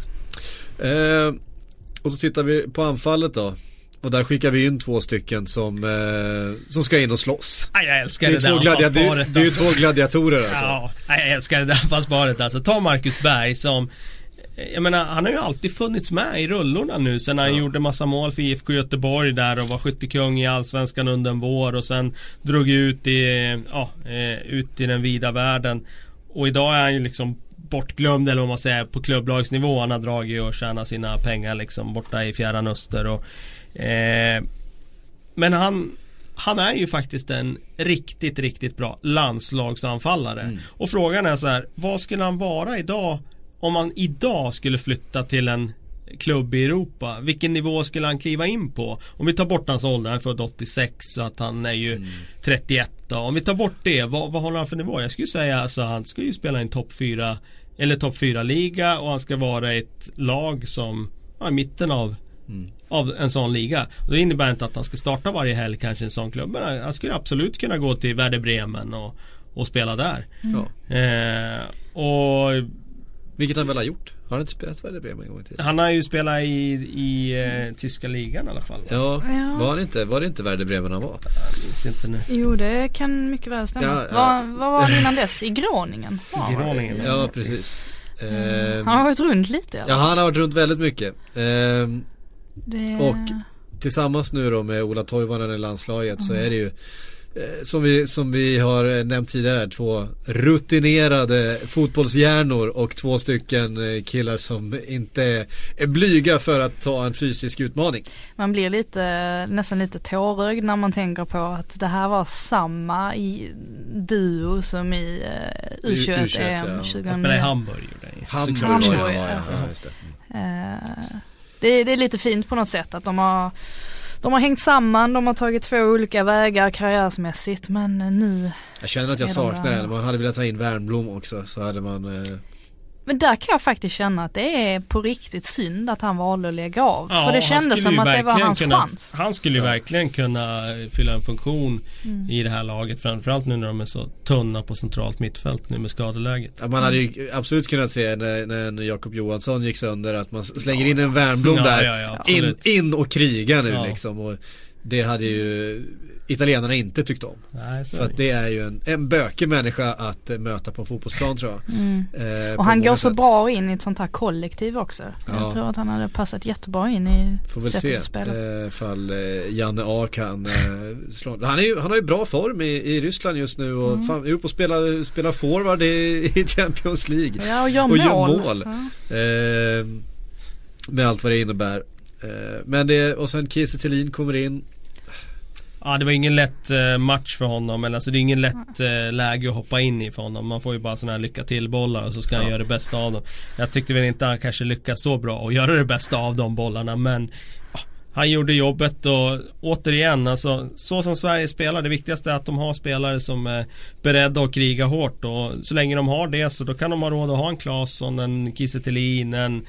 Och så tittar vi på anfallet då. Och där skickar vi in 2 stycken som ska in och slåss. Jag älskar det där anfallsparet. Det är ju 2 gladiatorer alltså. Ja, jag älskar det där anfallsparet alltså. Ta Marcus Berg som, jag menar, han har ju alltid funnits med i rullorna nu sen han gjorde massa mål för IFK Göteborg där och var skyttekung i Allsvenskan under en vår och sen drog ut i den vida världen. Och idag är han ju liksom bortglömd, eller vad man säger, på klubblagsnivå. Han har dragit och tjänat sina pengar liksom borta i Fjärran Öster och men han är ju faktiskt en riktigt, riktigt bra landslagsanfallare. Och frågan är så här, vad skulle han vara idag om han idag skulle flytta till en klubb i Europa? Vilken nivå skulle han kliva in på? Om vi tar bort hans ålder, han är född 86 så att han är ju 31 då. Om vi tar bort det, vad håller han för nivå? Jag skulle säga alltså, han ska ju spela i en topp 4 eller topp 4-liga, och han ska vara ett lag som i mitten av en sån liga. Det innebär inte att han ska starta varje helg kanske i en sån klubb, men han skulle absolut kunna gå till Werder Bremen och spela där. Och vilket han väl har gjort. Har han inte spelat Werder Bremen en gång till? Han har ju spelat i tyska ligan i alla fall. Ja. Var det inte Werder Bremen han var? Jag minns inte nu. Jo, det kan mycket väl stämma. Vad var han innan dess? I Groningen? Ja, precis. Han har varit runt lite. Ja, han har varit runt väldigt mycket. Och tillsammans nu då med Ola Toivonen i landslaget så är det ju som vi har nämnt tidigare, 2 rutinerade fotbollshjärnor och 2 stycken killar som inte är blyga för att ta en fysisk utmaning. Man blir nästan lite tårögd när man tänker på att det här var samma i duo som i U21 EM 2009. Han spelade i Hamburg. Hamburg, just det. Det är lite fint på något sätt att de har hängt samman, de har tagit 2 olika vägar karriärsmässigt, men nu... Jag känner att jag saknar det. Man hade velat ta in Wernbloom också, så hade man... Men där kan jag faktiskt känna att det är på riktigt synd att han valde att lägga av. För det kändes som att det var hans chans. Han skulle ju verkligen kunna fylla en funktion i det här laget. Framförallt nu när de är så tunna på centralt mittfält nu med skadeläget. Ja, man hade ju absolut kunnat se när Jakob Johansson gick sönder att man slänger in en Wernbloom där. In och kriga nu liksom. Och det hade ju italienarna inte tyckt om. Nej, för att det är ju en bökig människa att möta på en fotbollsplan, tror jag. Och han går så bra in i ett sånt här kollektiv också. Jag tror att han hade passat jättebra in i sättet att spela. Fall Janne A kan slå. Han har ju bra form i Ryssland just nu och är uppe och spelar forward i Champions League. Ja, och gör mål. Med allt vad det innebär. Men och sen Kiese Thelin kommer in. Ja, det var ingen lätt match för honom. Men alltså det är ingen lätt läge att hoppa in i för honom. Man får ju bara sådana här lycka till bollar och så ska han göra det bästa av dem. Jag tyckte väl inte han kanske lyckas så bra och göra det bästa av de bollarna, men han gjorde jobbet. Och återigen, alltså, så som Sverige spelar, det viktigaste är att de har spelare som är beredda att kriga hårt, och så länge de har det så då kan de ha råd att ha en Claesson, en Kiese Thelin, en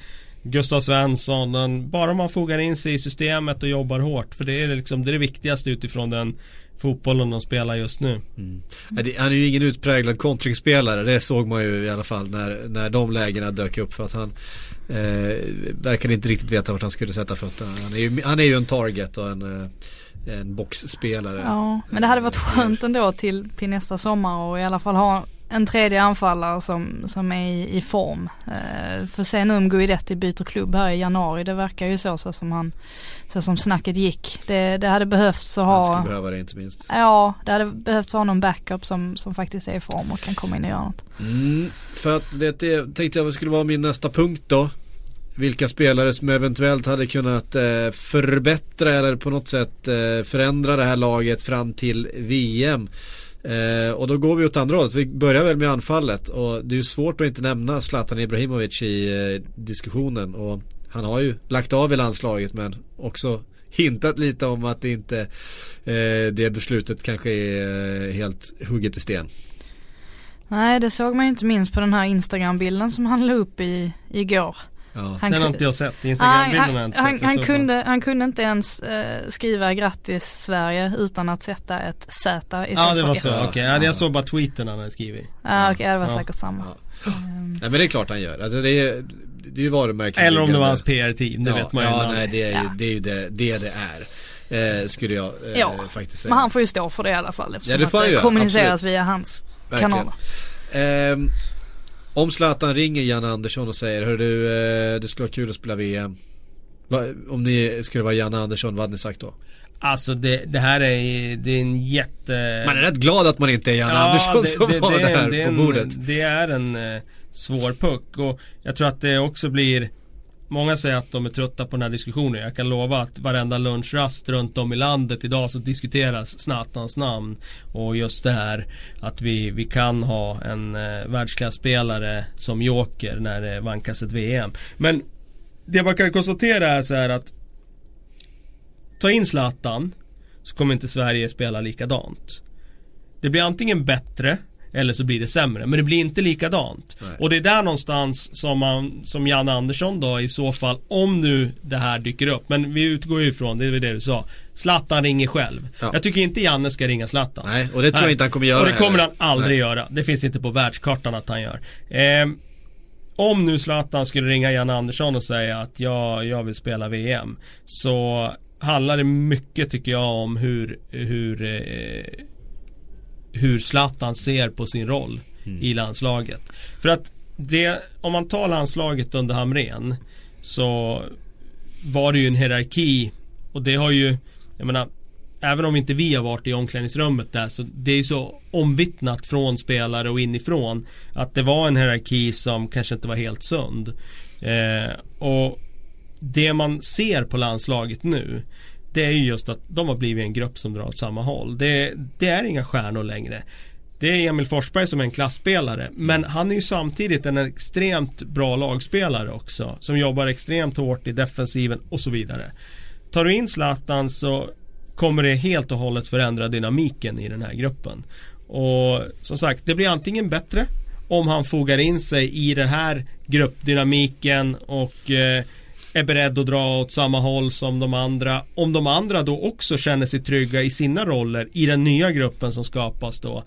Gustav Svensson, bara man fogar in sig i systemet och jobbar hårt, för det är liksom det viktigaste utifrån den fotbollen de spelar just nu. Han är ju ingen utpräglad kontringsspelare, det såg man ju i alla fall när de lägena dök upp, för att han verkade inte riktigt veta vart han skulle sätta fötterna. Han är ju en target och en boxspelare. Ja, men det hade varit skönt ändå till nästa sommar och i alla fall ha en tredje anfallare som är i form. För sen om Guidetti byter klubb här i januari, det verkar ju så som snacket gick. Det hade behövts att ha... Han skulle behöva det inte minst. Ja, det hade behövts ha någon backup som faktiskt är i form och kan komma in och göra något. För att det tänkte jag skulle vara min nästa punkt då. Vilka spelare som eventuellt hade kunnat förbättra eller på något sätt förändra det här laget fram till VM. Och då går vi åt andra hållet. Vi börjar väl med anfallet, och det är ju svårt att inte nämna Zlatan Ibrahimovic i diskussionen, och han har ju lagt av i landslaget men också hintat lite om att det inte det beslutet kanske är helt hugget i sten. Nej, det såg man ju inte minst på den här Instagram-bilden som han la upp igår. Ja. Den har inte jag sett. Instagram-bilden han kunde inte ens skriva grattis Sverige utan att sätta ett Z istället för S. Ja, det var så. Okej. Ja, jag såg bara tweeten han hade skrivit. Ja, okej, det var säkert samma. Ja. Nej, men det är klart han gör. Alltså det är ju varumärket. Eller om det var hans PR-team, det vet man ju. Ja, nej, det är ju det är. Skulle jag faktiskt säga. Men han får ju stå för det i alla fall, eftersom det får att det kommuniceras via hans kanaler. Om Zlatan ringer Janne Andersson och säger, hör du, det skulle vara kul att spela VM. Om ni skulle vara Janne Andersson, vad hade ni sagt då? Alltså det här är en jätte... Man är rätt glad att man inte är Janne Andersson som var det här på bordet. Det är en svår puck, och jag tror att det också blir... Många säger att de är trötta på den här diskussionen. Jag kan lova att varenda lunchrast runt om i landet idag så diskuteras Zlatans namn. Och just det här att vi kan ha en världsklasspelare som joker när det vankas ett VM. Men det man kan konstatera är så här att ta in Zlatan så kommer inte Sverige spela likadant. Det blir antingen bättre eller så blir det sämre, men det blir inte likadant. Nej. Och det är där någonstans som Janne Andersson då i så fall, om nu det här dyker upp, men vi utgår ju ifrån, det är det du sa, Zlatan ringer själv. Ja. Jag tycker inte Janne ska ringa Zlatan. Nej, och det tror jag inte han kommer göra. Och det kommer han aldrig göra. Det finns inte på världskartan att han gör. Om nu Zlatan skulle ringa Janne Andersson och säga att jag vill spela VM, så handlar det mycket, tycker jag, om hur Zlatan ser på sin roll i landslaget. För att om man tar landslaget under Hamrén, så var det ju en hierarki, och det har ju, jag menar, även om inte vi har varit i omklädningsrummet där, så det är ju så omvittnat från spelare och inifrån att det var en hierarki som kanske inte var helt sund. Och det man ser på landslaget nu, det är ju just att de har blivit en grupp som drar åt samma håll. Det är inga stjärnor längre. Det är Emil Forsberg som är en klassspelare, men han är ju samtidigt en extremt bra lagspelare också, som jobbar extremt hårt i defensiven och så vidare. Tar du in Zlatan så kommer det helt och hållet förändra dynamiken i den här gruppen. Och som sagt, det blir antingen bättre om han fogar in sig i den här gruppdynamiken och är beredd att dra åt samma håll som de andra. Om de andra då också känner sig trygga i sina roller i den nya gruppen som skapas då,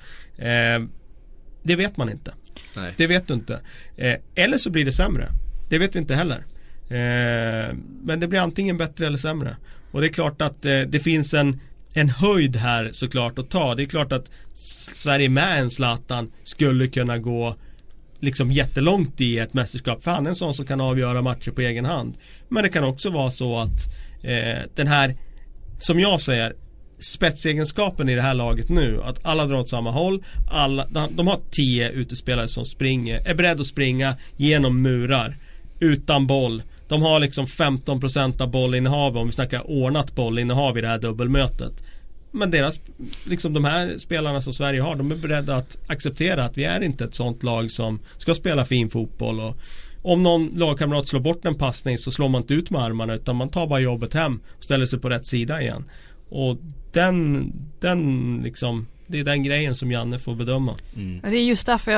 det vet man inte. Nej. Det vet du inte. Eller så blir det sämre. Det vet vi inte heller. Men det blir antingen bättre eller sämre. Och det är klart att det finns en höjd här såklart att ta. Det är klart att Sverige med en Zlatan skulle kunna gå liksom jättelångt i ett mästerskap. För han är en sån som kan avgöra matcher på egen hand. Men det kan också vara så att den här, som jag säger, spetsegenskapen i det här laget nu, att alla drar åt samma håll, de har 10 utespelare som är beredda att springa genom murar utan boll. De har liksom 15% av bollinnehav, om vi snackar ordnat bollinnehav i det här dubbelmötet. Men de här spelarna som Sverige har, de är beredda att acceptera att vi är inte ett sånt lag som ska spela fin fotboll, och om någon lagkamrat slår bort en passning så slår man inte ut med armarna, utan man tar bara jobbet hem och ställer sig på rätt sida igen. Och den liksom, det är den grejen som Janne får bedöma. Det är just därför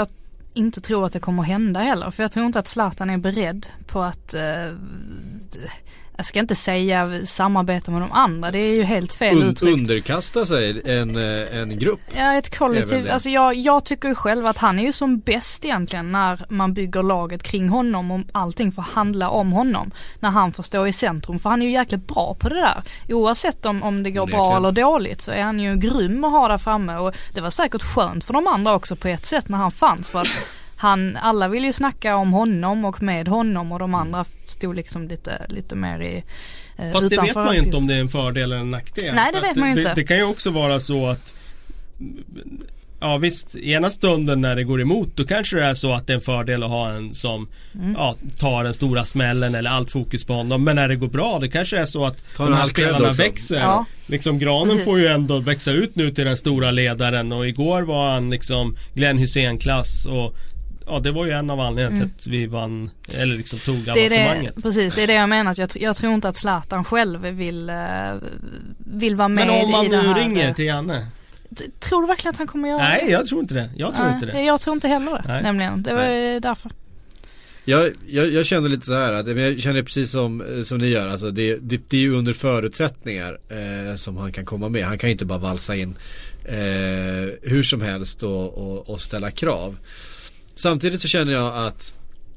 inte tror att det kommer hända heller. För jag tror inte att Zlatan är beredd på att, jag ska inte säga samarbeta med de andra. Det är ju helt fel uttryckt. Underkasta sig en grupp. Ja, ett kollektiv. Alltså jag tycker ju själv att han är ju som bäst egentligen när man bygger laget kring honom och allting får handla om honom. När han får stå i centrum. För han är ju jäkligt bra på det där. Oavsett om det går bra eller dåligt så är han ju grym att ha där framme. Och det var säkert skönt för de andra också på ett sätt när han fanns. För att alla vill ju snacka om honom och med honom och de andra stod liksom lite mer i fast det vet man ju inte om det är en fördel eller en nackdel. Nej, det vet man ju inte. Det kan ju också vara så att ja visst, ena stunden när det går emot då kanske det är så att det är en fördel att ha en som tar den stora smällen eller allt fokus på honom. Men när det går bra, det kanske är så att de här spelarna växer. Ja. Liksom Granen får ju ändå växa ut nu till den stora ledaren och igår var han liksom Glenn Hussein-klass och ja, det var ju en av anledningarna till att vi vann eller liksom tog avancemanget. Precis, det är det jag menar. Jag tror inte att Zlatan själv vill vara med i det här. Men om man nu ringer till Janne? Tror du verkligen att han kommer göra det? Nej, jag tror inte det. Jag tror inte heller det, nämligen. Det var därför. Jag känner lite så här att jag känner precis som ni gör. Alltså det är ju under förutsättningar som han kan komma med. Han kan ju inte bara valsa in hur som helst och ställa krav. Samtidigt så känner jag att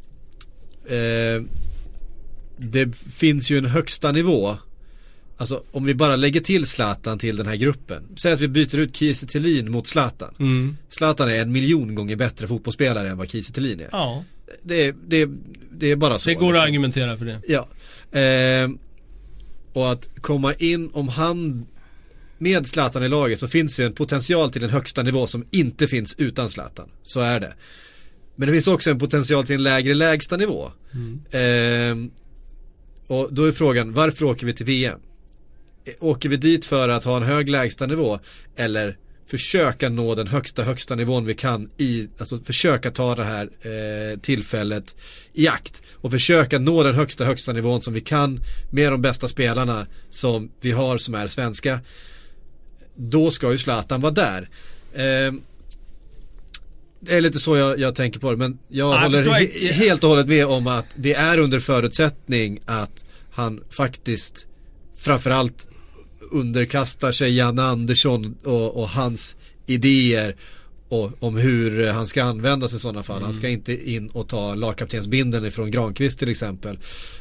det finns ju en högsta nivå. Alltså om vi bara lägger till Zlatan till den här gruppen. Säg att vi byter ut Kiese Thelin mot Zlatan. Zlatan är 1 miljon gånger bättre fotbollsspelare än vad Kiese Thelin är. Ja. Det är bara så. Det går liksom att argumentera för det. Ja. Och att komma in om han med Zlatan i laget så finns det en potential till den högsta nivå som inte finns utan Zlatan. Så är det. Men det finns också en potential till en lägsta nivå. Och då är frågan, varför åker vi till VM? Åker vi dit för att ha en hög lägsta nivå eller försöka nå den högsta nivån vi kan alltså försöka ta det här tillfället i akt och försöka nå den högsta nivån som vi kan med de bästa spelarna som vi har som är svenska. Då ska ju Zlatan vara där. Det är lite så jag tänker på det, men jag håller helt och hållet med om att det är under förutsättning att han faktiskt framförallt underkastar sig Janne Andersson och hans idéer och om hur han ska användas i sådana fall. Han ska inte in och ta lagkaptensbindeln ifrån Granqvist till exempel.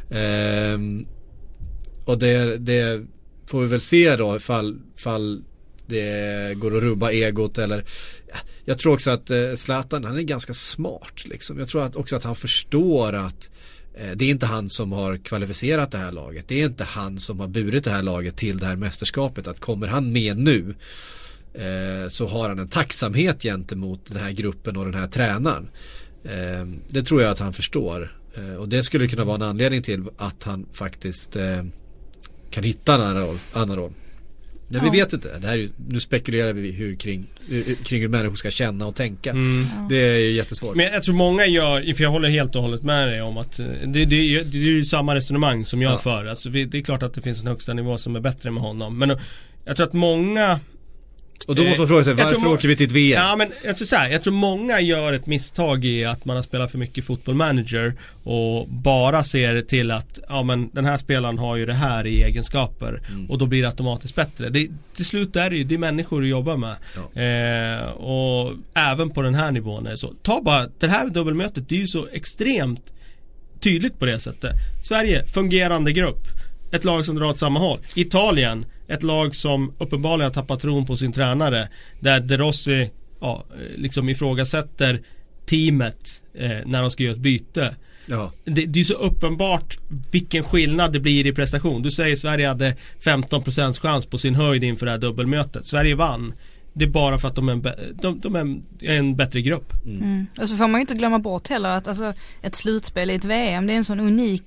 Och det får vi väl se då ifall det går att rubba egot eller jag tror också att Zlatan, han är ganska smart liksom. Jag tror också att han förstår att det är inte han som har kvalificerat det här laget. Det är inte han som har burit det här laget till det här mästerskapet. Att kommer han med nu så har han en tacksamhet gentemot den här gruppen och den här tränaren. Det tror jag att han förstår. Och det skulle kunna vara en anledning till att han faktiskt kan hitta en annan roll. Nej, vi vet inte. Det här är ju, nu spekulerar vi kring hur människor ska känna och tänka. Det är ju jättesvårt. Men jag tror många gör, för jag håller helt och hållet med dig om att det är ju samma resonemang som jag för. Alltså, det är klart att det finns en högsta nivå som är bättre med honom. Men jag tror att många... Och då måste man fråga sig, varför åker vi till ett VM? Ja, men jag tror många gör ett misstag i att man har spelat för mycket Football Manager och bara ser till att men den här spelaren har ju det här i egenskaper och då blir det automatiskt bättre. Till slut är det är människor att jobba med. Och även på den här nivån är det så. Ta bara det här dubbelmötet, det är ju så extremt tydligt på det sättet. Sverige, fungerande grupp. Ett lag som drar åt samma håll. Italien, ett lag som uppenbarligen har tappat tron på sin tränare. Där De Rossi liksom ifrågasätter teamet när de ska göra ett byte. Ja. Det är så uppenbart vilken skillnad det blir i prestation. Du säger Sverige hade 15% chans på sin höjd inför det här dubbelmötet. Sverige vann. Det är bara för att de är en bättre grupp. Och så får man ju inte glömma bort heller att alltså, ett slutspel i ett VM, det är en sån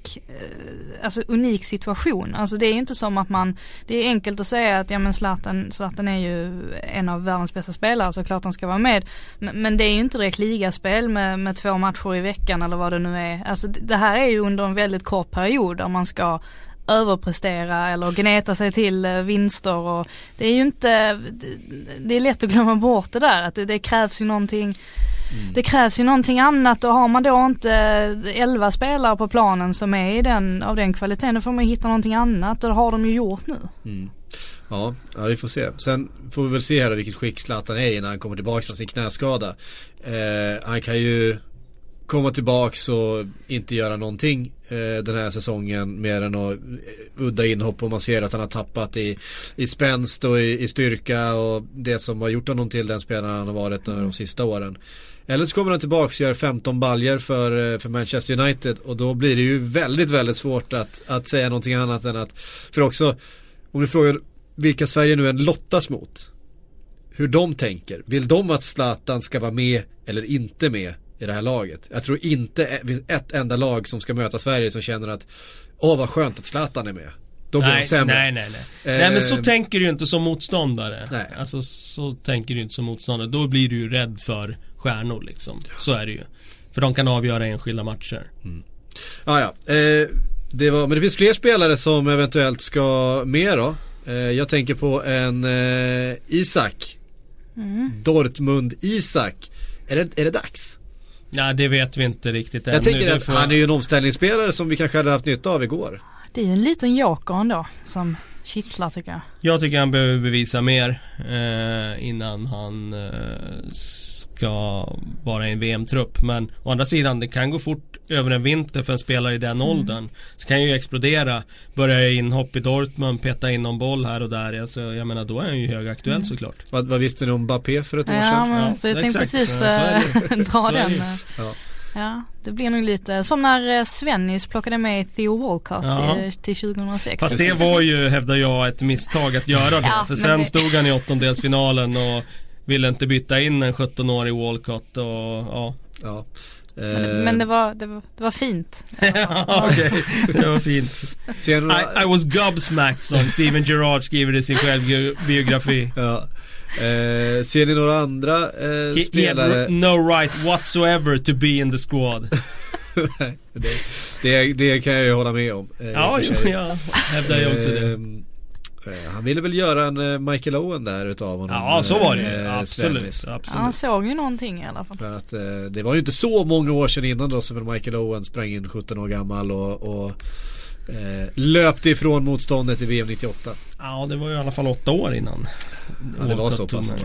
unik situation. Alltså det är ju inte som att det är enkelt att säga att Zlatan är ju en av världens bästa spelare, så klart han ska vara med. Men det är ju inte direkt ligaspel med 2 matcher i veckan eller vad det nu är. Alltså det här är ju under en väldigt kort period där man ska överprestera eller gneta sig till vinster, och det är ju inte, det är lätt att glömma bort det där, att det krävs ju någonting. Det krävs ju någonting annat, och har man då inte 11 spelare på planen som är av den kvaliteten, då får man hitta någonting annat, och det har de ju gjort nu. Ja, vi får se. Sen får vi väl se här vilket skick Zlatan är när han kommer tillbaka från sin knäskada. Han kan ju komma tillbaks och inte göra någonting den här säsongen mer än att udda inhopp, och man ser att han har tappat i spänst och i styrka och det som har gjort honom till den spelaren han har varit de sista åren. Eller så kommer han tillbaks och gör 15 baljer för Manchester United, och då blir det ju väldigt, väldigt svårt att säga någonting annat än att, för också om du frågar vilka Sverige nu än lottas mot, hur de tänker, vill de att Zlatan ska vara med eller inte med i det här laget? Jag tror inte ett enda lag som ska möta Sverige som känner att vad skönt att Zlatan är med. Då blir de sämre. Nej, men så tänker du ju inte som motståndare. Nej. Alltså så tänker du inte som motståndare. Då blir du ju rädd för stjärnor liksom. Så är det ju. För de kan avgöra enskilda matcher. Men det finns fler spelare som eventuellt ska med då. Jag tänker på en Isak. Dortmund Isak. Är det dags? Ja, det vet vi inte riktigt ännu. Jag tänker att han är ju en omställningsspelare som vi kanske hade haft nytta av igår. Det är ju en liten joker ändå som kittlar, tycker jag. Jag tycker han behöver bevisa mer innan han ska vara i en VM-trupp. Men å andra sidan, det kan gå fort över en vinter för en spelare i den åldern. Så kan ju explodera, börja inhopp i Dortmund, peta in någon boll här och där. Alltså, jag menar, då är han ju högaktuell såklart. Vad visste ni om Mbappé för ett år sedan? Ja, jag tänkte precis dra den. Ja, det blir nog lite som när Svennis plockade med Theo Walcott till 2006. Fast det var ju, hävdar jag, ett misstag att göra det. För sen stod han i åttondelsfinalen och ville inte byta in en 17-årig Walcott och Men det var fint. Okej, det var fint. I was gobsmacked, som Steven Gerrard skriver i sin självbiografi. Ser ni några andra spelare? He had no right whatsoever to be in the squad. det kan jag ju hålla med om. Jag hävdar jag också det. Han ville väl göra en Michael Owen där utav honom. Ja, så var det. Absolut. Han såg ju någonting i alla fall. För att det var ju inte så många år sedan innan då som Michael Owen sprang in 17 år gammal och löpte ifrån motståndet i VM 98. Ja, det var ju i alla fall 8 år innan. Det var så pass.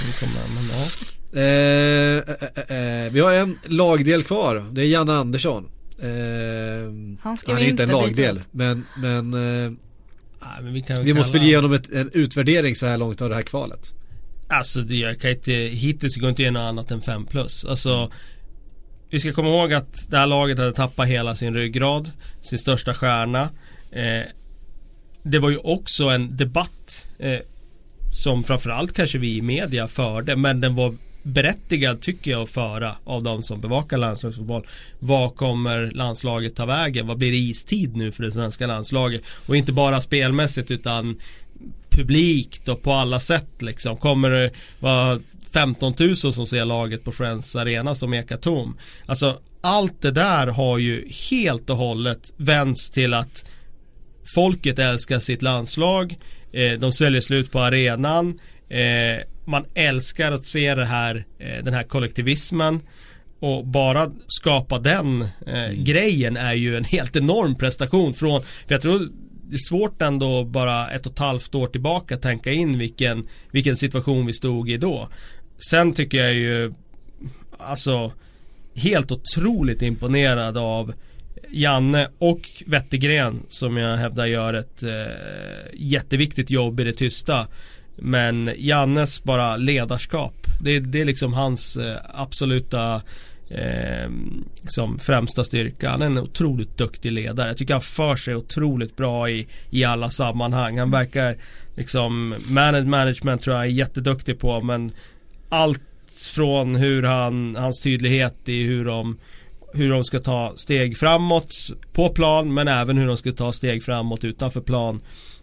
Vi har en lagdel kvar. Det är Janne Andersson. Han är ju inte en lagdel, men vi måste väl ge honom en utvärdering så här långt av det här kvalet. Alltså hittills går inte ge något annat än 5+. Alltså, vi ska komma ihåg att det här laget hade tappat hela sin ryggrad, sin största stjärna. Det var ju också en debatt som framförallt kanske vi i media förde, men den var berättigad, tycker jag, att föra av de som bevakar landslagsfotboll. Vad kommer landslaget ta vägen? Vad blir det istid nu för det svenska landslaget? Och inte bara spelmässigt utan publikt och på alla sätt liksom. Kommer det vara 15 000 som ser laget på Friends Arena som ekar tom? Alltså allt det där har ju helt och hållet vänts till att folket älskar sitt landslag. De säljer slut på arenan. Man älskar att se det här, den här kollektivismen, och bara skapa den grejen är ju en helt enorm prestation för jag tror det är svårt ändå bara 1,5 år tillbaka att tänka in vilken situation vi stod i då. Sen tycker jag ju alltså helt otroligt imponerad av Janne och Wettergren, som jag hävdar gör ett jätteviktigt jobb i det tysta. Men Jannes bara ledarskap, det är liksom hans absoluta liksom främsta styrka. Han är en otroligt duktig ledare. Jag tycker han för sig otroligt bra i alla sammanhang. Han verkar liksom management tror jag är jätteduktig på, men allt från hur hans tydlighet i hur de ska ta steg framåt på plan, men även hur de ska ta steg framåt utanför plan.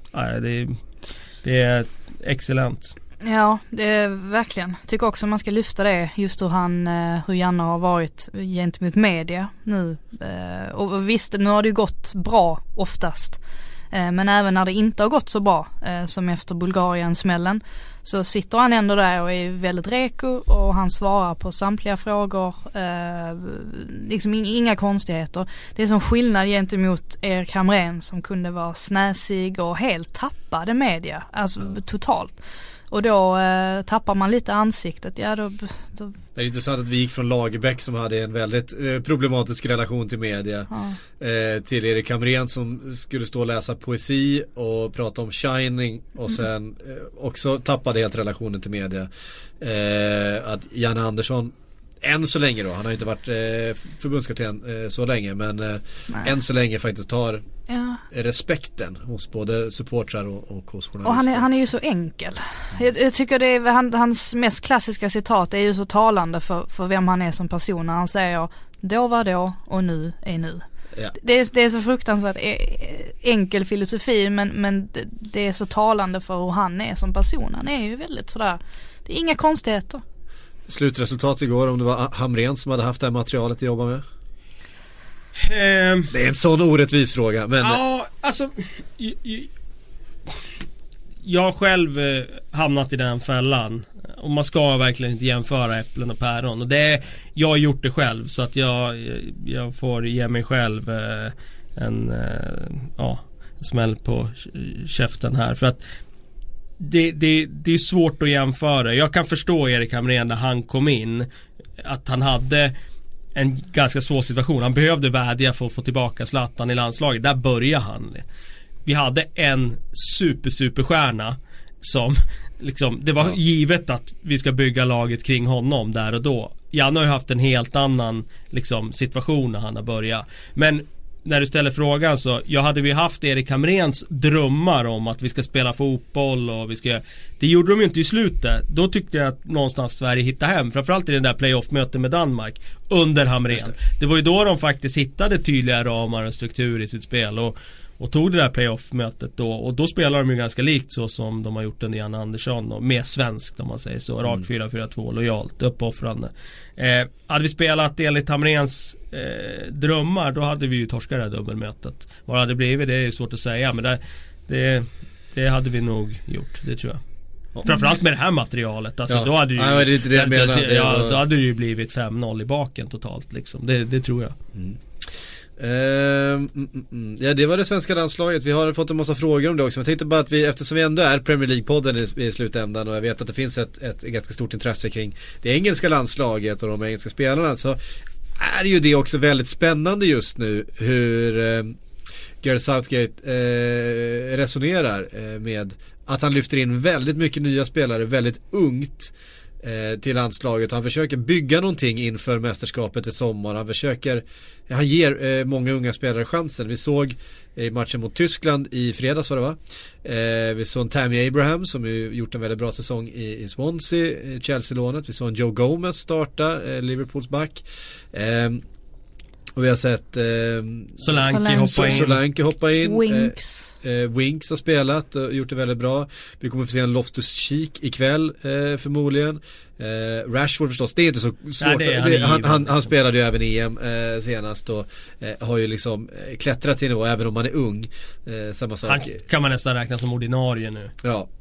Det är excellent. Ja, det är verkligen. Tycker också man ska lyfta det, just hur Janne har varit gentemot media nu. Och visst, nu har det ju gått bra oftast. Men även när det inte har gått så bra som efter Bulgarien-smällen, så sitter han ändå där och är väldigt reko, och han svarar på samtliga frågor. Liksom inga konstigheter. Det är som skillnad gentemot Erik Hamrén, som kunde vara snäsig och helt tappade media. Alltså totalt. Och då tappar man lite ansiktet. Ja, då... Det är intressant att vi gick från Lagerbäck, som hade en väldigt problematisk relation till media, till Erik Hamrén, som skulle stå och läsa poesi och prata om Shining, och sen också tappade helt relationen till media. Att Janne Andersson än så länge då, han har inte varit förbundskapten så länge, men än så länge faktiskt tar respekten hos både supportrar och hos journalister. Och han är ju så enkel. Jag tycker det är, hans mest klassiska citat är ju så talande för vem han är som person, när han säger då var då och nu är nu. Ja. Det är så fruktansvärt enkel filosofi, men det är så talande för hur han är som person. Han är ju väldigt sådär, det är inga konstigheter. Slutresultat igår, om det var Hamrén som hade haft det här materialet att jobba med? Det är en sån orättvis fråga, men... Ja, alltså jag har själv hamnat i den fällan, och man ska verkligen inte jämföra äpplen och päron, och jag har gjort det själv, så att jag får ge mig själv en smäll på käften här, för att det är svårt att jämföra. Jag kan förstå Erik Hamrén när han kom in, att han hade en ganska svår situation. Han behövde vädja för att få tillbaka Zlatan i landslaget. Där började han. Vi hade en superstjärna som liksom, det var givet att vi ska bygga laget kring honom där och då. Janne har ju haft en helt annan liksom situation när han har börjat. Men när du ställer frågan, så hade vi haft Erik Hamréns drömmar om att vi ska spela fotboll och det gjorde de ju inte i slutet. Då tyckte jag att någonstans Sverige hittade hem, framförallt i den där playoff-möten med Danmark under Hamrén. Det var ju då de faktiskt hittade tydliga ramar och struktur i sitt spel och tog det där playoff-mötet då, och då spelar de ju ganska likt så som de har gjort under Janne Andersson, och med svenskt om man säger så, rak 4-4-2, lojalt, uppoffrande. Hade vi spelat enligt Hamréns drömmar, då hade vi ju torskat det här dubbelmötet. Vad det hade blivit, det är svårt att säga, men det hade vi nog gjort, det tror jag. Framförallt med det här materialet, alltså, då hade då hade det ju blivit 5-0 i baken totalt liksom. Det tror jag. Ja, det var det svenska landslaget. Vi har fått en massa frågor om det också. Jag tänkte bara att eftersom vi ändå är Premier League-podden i slutändan, och jag vet att det finns ett ganska stort intresse kring det engelska landslaget och de engelska spelarna, så är ju det också väldigt spännande just nu hur Gareth Southgate resonerar med att han lyfter in väldigt mycket nya spelare väldigt ungt till landslaget. Han försöker bygga någonting inför mästerskapet i sommar. Han ger många unga spelare chansen. Vi såg i matchen mot Tyskland i fredags, var det va? Vi såg en Tammy Abraham som ju gjort en väldigt bra säsong i Swansea, Chelsea-lånet. Vi såg en Joe Gomez starta, Liverpools back. Och vi har sett Solanke hoppa in. Winks har spelat och gjort det väldigt bra. Vi kommer att få se en Loftus-Cheek ikväll förmodligen. Rashford förstås, det är inte så svårt. Han spelade ju även EM senast och har ju liksom klättrat till nivå även om man är ung. Samma sak. Han kan man nästan räkna som ordinarie nu. Ja.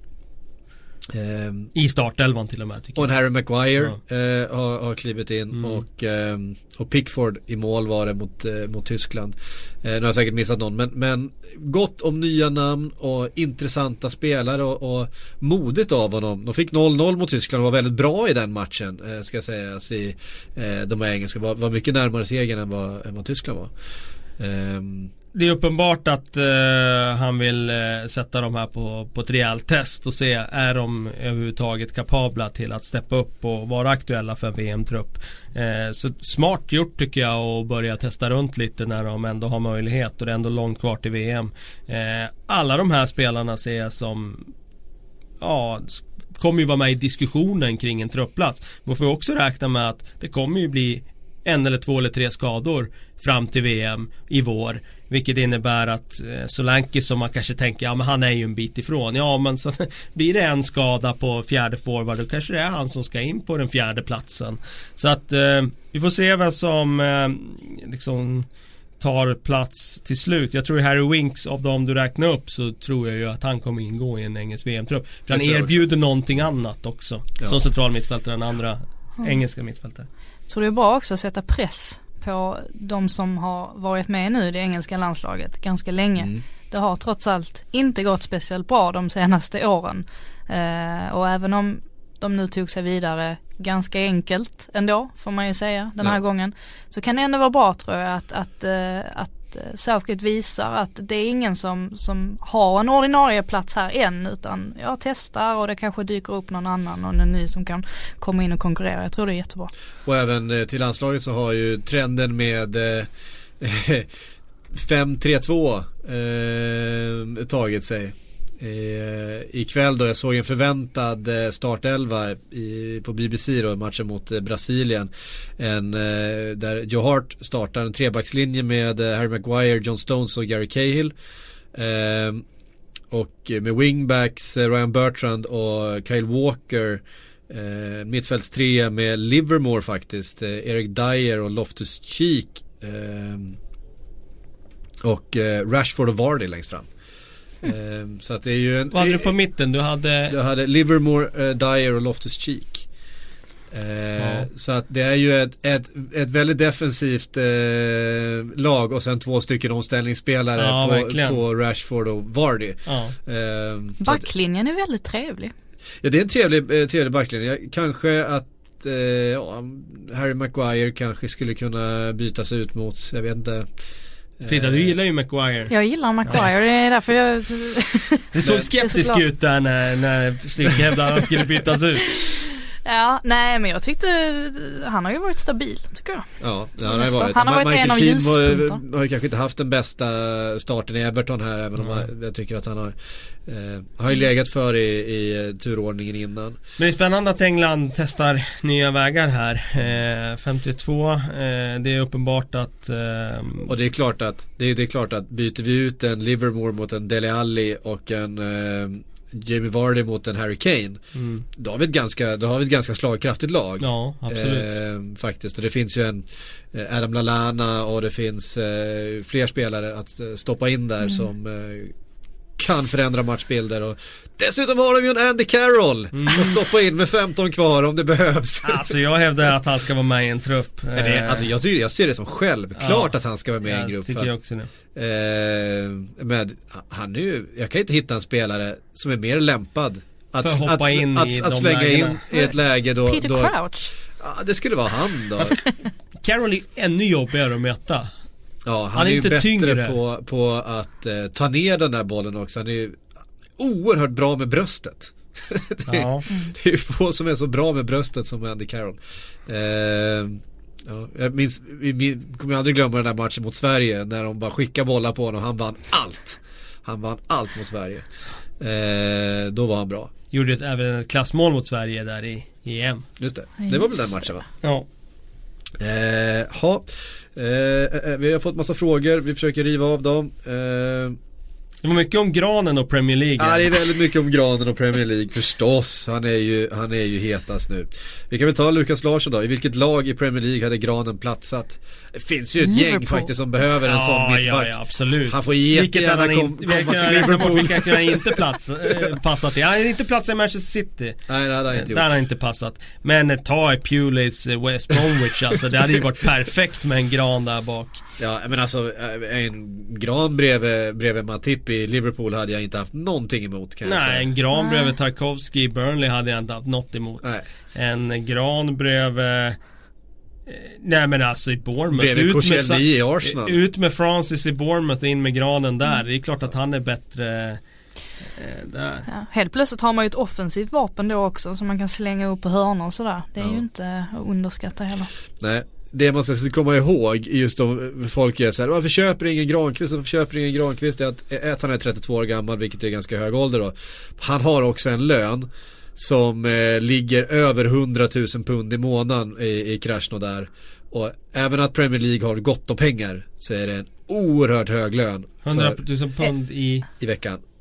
I startelvan till och med, tycker och Harry Maguire har klivit in och Pickford i mål var det mot Tyskland. Nu har jag säkert missat någon, men gott om nya namn och intressanta spelare och modigt av honom. De fick 0-0 mot Tyskland och var väldigt bra i den matchen, ska sägas. De här engelska var mycket närmare segern än vad Tyskland var. Det är uppenbart att han vill sätta dem här på ett rejält test och se, är de överhuvudtaget kapabla till att steppa upp och vara aktuella för en VM-trupp. Så smart gjort tycker jag att börja testa runt lite när de ändå har möjlighet, och det är ändå långt kvar till VM. Alla de här spelarna ser jag som kommer ju vara med i diskussionen kring en truppplats. Man får också räkna med att det kommer ju bli 1 eller 2 eller 3 skador fram till VM i vår, vilket innebär att Solanke, som man kanske tänker, men han är ju en bit ifrån, men så blir det en skada på fjärde forward, då kanske det är han som ska in på den fjärde platsen. Så att vi får se vem som liksom tar plats till slut. Jag tror Harry Winks, av dem du räknar upp, så tror jag ju att han kommer ingå i en engelsk VM-trupp. För han erbjuder någonting annat också. Ja. Som central mittfältare än andra engelska mittfältare. Så det är bra också att sätta press på de som har varit med nu i det engelska landslaget ganska länge. Det har trots allt inte gått speciellt bra de senaste åren. Och även om de nu tog sig vidare ganska enkelt ändå, får man ju säga, den här gången, så kan det ändå vara bra, tror jag, att Southgate visar att det är ingen som har en ordinarie plats här än, utan jag testar och det kanske dyker upp någon annan och en ny som kan komma in och konkurrera. Jag tror det är jättebra. Och även till landslaget så har ju trenden med 5-3-2 tagit sig. Ikväll då jag såg en förväntad startelva på BBC då, matchen mot Brasilien, där Joe Hart startar en trebackslinje med Harry Maguire, John Stones och Gary Cahill, och med wingbacks Ryan Bertrand och Kyle Walker, mittfältstrea med Livermore faktiskt, Eric Dyer och Loftus-Cheek, och Rashford och Vardy längst fram. Så att det är ju vad hade du på mitten? Du hade Livermore, Dyer och Loftus-Cheek. Så att det är ju ett väldigt defensivt lag, och sen 2 stycken omställningsspelare på Rashford och Vardy. Backlinjen är väldigt trevlig. Ja, det är en trevlig backlinje. Kanske att Harry Maguire kanske skulle kunna bytas ut mot, jag vet inte. Frida, du gillar ju Maguire. Jag gillar Maguire, det är därför jag... Det såg skeptisk ut där när Stig hävdade att han skulle bytas ut. Ja, nej, men jag tyckte han har ju varit stabil, tycker jag. Ja, han har varit Michael en av ljuspunkterna. har ju kanske inte haft den bästa starten i Everton här, även om jag tycker att han har ju legat för i turordningen innan. Men det är spännande att England testar nya vägar här. 52, det är uppenbart att och det är klart att byter vi ut en Livermore mot en Dele Alli och en Jamie Vardy mot en Harry Kane, då har vi ett ganska slagkraftigt lag. Ja, absolut. Faktiskt. Och det finns ju en Adam Lallana, och det finns fler spelare att stoppa in där som kan förändra matchbilder, och dessutom har de ju en Andy Carroll att stoppa in med 15 kvar om det behövs. Alltså jag hävdar att han ska vara med i en trupp. Jag ser det som självklart att han ska vara med i en grupp. Tycker jag också nu. Men han nu, jag kan inte hitta en spelare som är mer lämpad att slänga in i ett läge då Peter Crouch. Ja, det skulle vara han då. Alltså, Carroll är ännu jobbigare att möta. Ja, han är ju inte bättre tyngre på att ta ner den där bollen också. Han är ju oerhört bra med bröstet. Det är ju få som är så bra med bröstet som Andy Carroll. Jag minns, vi kommer aldrig glömma den där matchen mot Sverige när de bara skickade bollar på honom och han vann allt mot Sverige. Då var han bra. Gjorde även ett klassmål mot Sverige där i EM. Just det var väl den matchen, va? Ja. Vi har fått massa frågor. Vi försöker riva av dem. Det var mycket om Granen och Premier League. Ja, det är väldigt mycket om Granen och Premier League förstås. Han är ju hetast nu. Vi kan väl ta Lukas Larsson då. I vilket lag i Premier League hade Granen platsat? Det finns ju ett gäng faktiskt som behöver en sån mittback. Ja, absolut. Han får jättegärna komma till Liverpool. Vilka kan han inte passat till? Han har inte platsat i Manchester City. Nej, det hade han inte gjort. Där har han inte passat. Men ta Pulis West Bromwich, alltså. Det hade ju varit perfekt med en Gran där bak. Ja, men alltså en Gran bredvid Matip i Liverpool hade jag inte haft någonting emot, kan jag säga. Nej, en Gran bredvid Tarkovsky i Burnley hade jag inte haft något emot. Nej. En Gran bredvid nej, men alltså i Bournemouth bredvid Koscielny i Arsenal. Ut med Francis i Bournemouth, in med Granen där. Det är klart att han är bättre där. Ja, helt plötsligt har man ju ett offensivt vapen då också som man kan slänga upp på hörnor och sådär. Det är ju inte att underskatta heller. Nej. Det man ska komma ihåg just om folk är så här, varför köper ingen Granqvist? Det är att han är 32 år gammal, vilket är ganska hög ålder då. Han har också en lön som ligger över 100 000 pund i månaden i Krasnodar. Och även att Premier League har gott om pengar så är det en oerhört hög lön. 100 000 pund i veckan.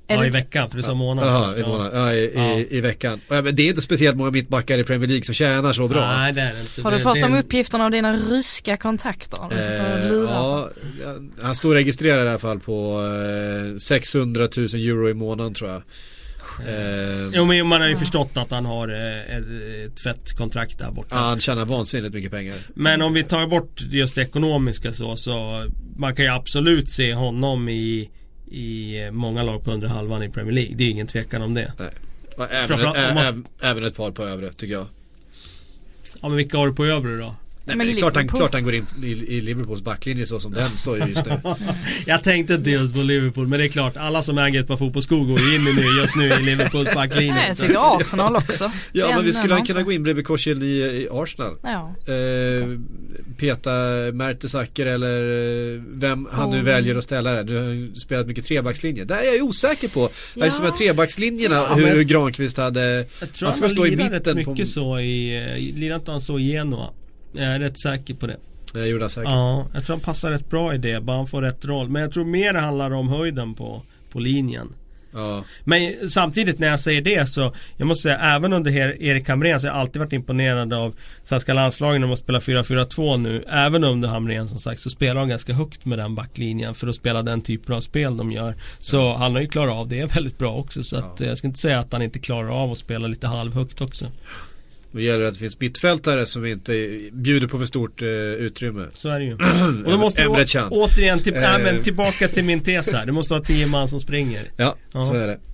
Ja, i veckan, för det är så månad. Jaha, i veckan. Men det är inte speciellt många mittbackar i Premier League som tjänar så bra. Nej, det är det inte. Har du fått de uppgifterna av dina ryska kontakter? Ja, han står registrerad i alla fall på 600 000 euro i månaden, tror jag. Jo, men man har ju förstått att han har ett fett kontrakt där borta. Ja, han tjänar vansinnigt mycket pengar. Men om vi tar bort just det ekonomiska så man kan ju absolut se honom i många lag på under halvan i Premier League. Det är ingen tvekan om det. Nej. Även ett par på övre, tycker jag. Ja, men vilka har du på övre då? Nej, men klart han går in i Liverpools backlinje så som den står ju just nu. Jag tänkte inte just på Liverpool, men det är klart, alla som äger ett par fotbollsskor går in just nu i Liverpools backlinje. Nej, jag tycker Arsenal också. Ja, men vi skulle kunna gå in bredvid Korshill i Arsenal. Ja. Peta Mertesacker eller vem han nu väljer att ställa där. Du har ju spelat mycket trebackslinje. Där är jag osäker på. Ja. Alltså de här trebackslinjerna, hur Granqvist hade. Jag tror han stå i mitten mycket så lirar inte han så i Genoa. Jag är rätt säker på det. Jag gjorde säkert. Ja, jag tror han passar rätt bra i det. Bara han får rätt roll. Men jag tror mer det handlar om höjden på linjen. Ja. Men samtidigt när jag säger det så jag måste säga, även under Erik Hamrén så har jag alltid varit imponerad av svenska landslagen när man spelar 4-4-2 nu. Även under Hamrén som sagt så spelar de ganska högt med den backlinjen för att spela den typen av spel de gör. Så han har ju klarat av det väldigt bra också. Så att, jag ska inte säga att han inte klarar av att spela lite halvhögt också. Då gäller det att det finns mittfältare som inte bjuder på för stort utrymme. Så är det ju. Och då måste vi återigen tillbaka till min tes här. Det måste vara 10 man som springer. Ja, så är det.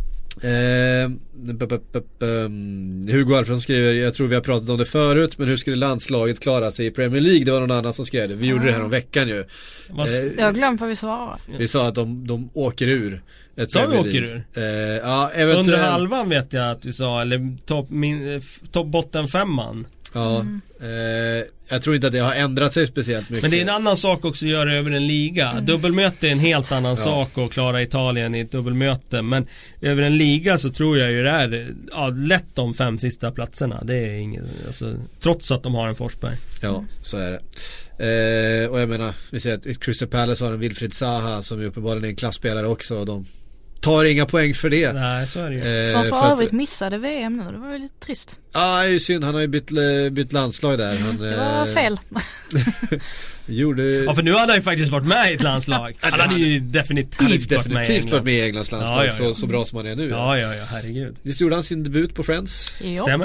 Hugo Alfredsson skriver: jag tror vi har pratat om det förut, men hur skulle landslaget klara sig i Premier League? Det var någon annan som skrev det. Vi gjorde det här om veckan ju. Jag har glömt vad vi svarade. Vi sa att de åker ur. Så vi åker ur? Ja, eventuellt. Under halvan vet jag att vi sa, eller topp botten 5-man. Ja, jag tror inte att det har ändrat sig speciellt mycket. Men det är en annan sak också att göra över en liga. Dubbelmöte är en helt annan sak att klara Italien i ett dubbelmöte. Men över en liga så tror jag ju det är lätt de 5 sista platserna. Det är inget, alltså, trots att de har en Forsberg. Ja, så är det. Och jag menar, vi ser att Crystal Palace har en Wilfried Zaha som är uppenbarligen en klassspelare också, och de tar inga poäng för det. Nej, så är det ju. Som för övrigt missade VM nu. Det var ju lite trist. Ja, det är synd. Han har ju bytt landslag där. Det var fel. Ja, för nu hade han ju faktiskt varit med i ett landslag. Han hade ju definitivt varit med i Englands landslag. Ja. Så bra som han är nu. Ja, herregud. Visst gjorde han sin debut på Friends? Ja. Stämmer.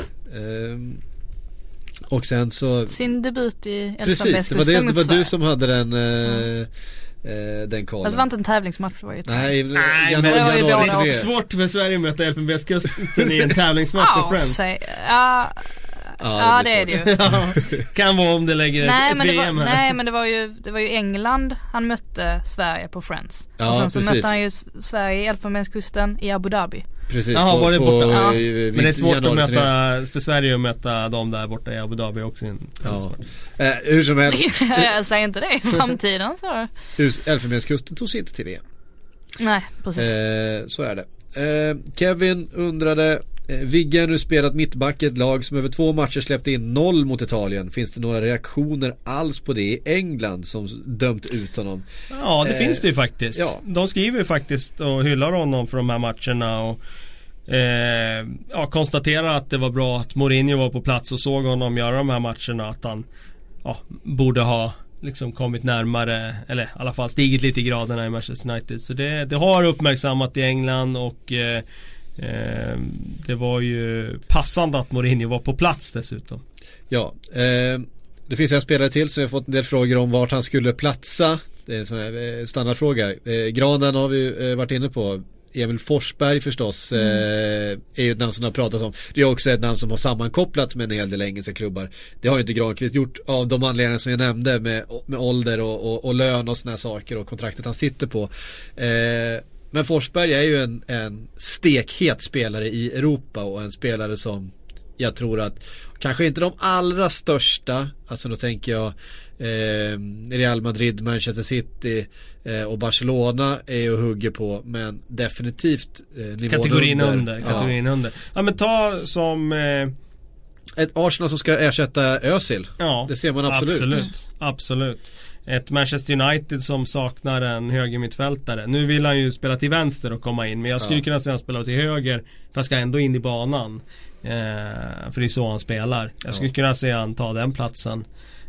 Och sen så sin debut i precis, det var du som hade den kollen. Det var inte en tävlingsmatch, det var ju Nej, men det är svårt med Sverige att möta Elfenbenskusten i en tävlingsmatch på Friends. Ja, det är det ju. Kan vara om det lägger ett VM här. Nej, men det var ju England han mötte Sverige på Friends. Ja, och sen så precis. mötte han ju Sverige i Elfenbenskusten i Abu Dhabi. Precis. Jaha, var det borta? Ja. Men det är svårt att möta för Sverige att möta dem där borta i Abu Dhabi också. Hur som helst. Jag säger inte det i framtiden så. Elfenbenskusten tog sig inte till VM. Nej, precis. Så är det. Kevin undrade: Vigge har nu spelat mittback i ett lag som över 2 matcher släppte in 0 mot Italien. Finns det några reaktioner alls på det i England som dömt ut honom? Ja, det finns det ju faktiskt. Ja. De skriver ju faktiskt och hyllar honom för de här matcherna och konstaterar att det var bra att Mourinho var på plats och såg honom göra de här matcherna, att han borde ha liksom kommit närmare, eller i alla fall stigit lite i graderna i Manchester United. Så det har uppmärksammat i England, och det var ju passande att Mourinho var på plats dessutom. Ja, det finns en spelare till som jag fått en del frågor om vart han skulle platsa. Det är en sån här standardfråga. Granen har vi varit inne på. Emil Forsberg förstås är ju ett namn som har pratats om. Det är också ett namn som har sammankopplats med en hel del engelska klubbar. Det har ju inte Granqvist gjort av de anledningar som jag nämnde med ålder och lön och såna här saker och kontraktet han sitter på. Men Forsberg är ju en stekhet spelare i Europa, och en spelare som jag tror att kanske inte de allra största, alltså då tänker jag Real Madrid, Manchester City och Barcelona är ju att hugga på, men definitivt nivån kategorin under. Ja, men ta som ett Arsenal som ska ersätta Özil. Ja, det ser man absolut. Absolut. ett Manchester United som saknar en högermittfältare. Nu vill han ju spela till vänster och komma in, men jag skulle kunna säga att han spelar till höger för han ska ändå in i banan. För det är så han spelar. Jag skulle kunna säga att han tar den platsen.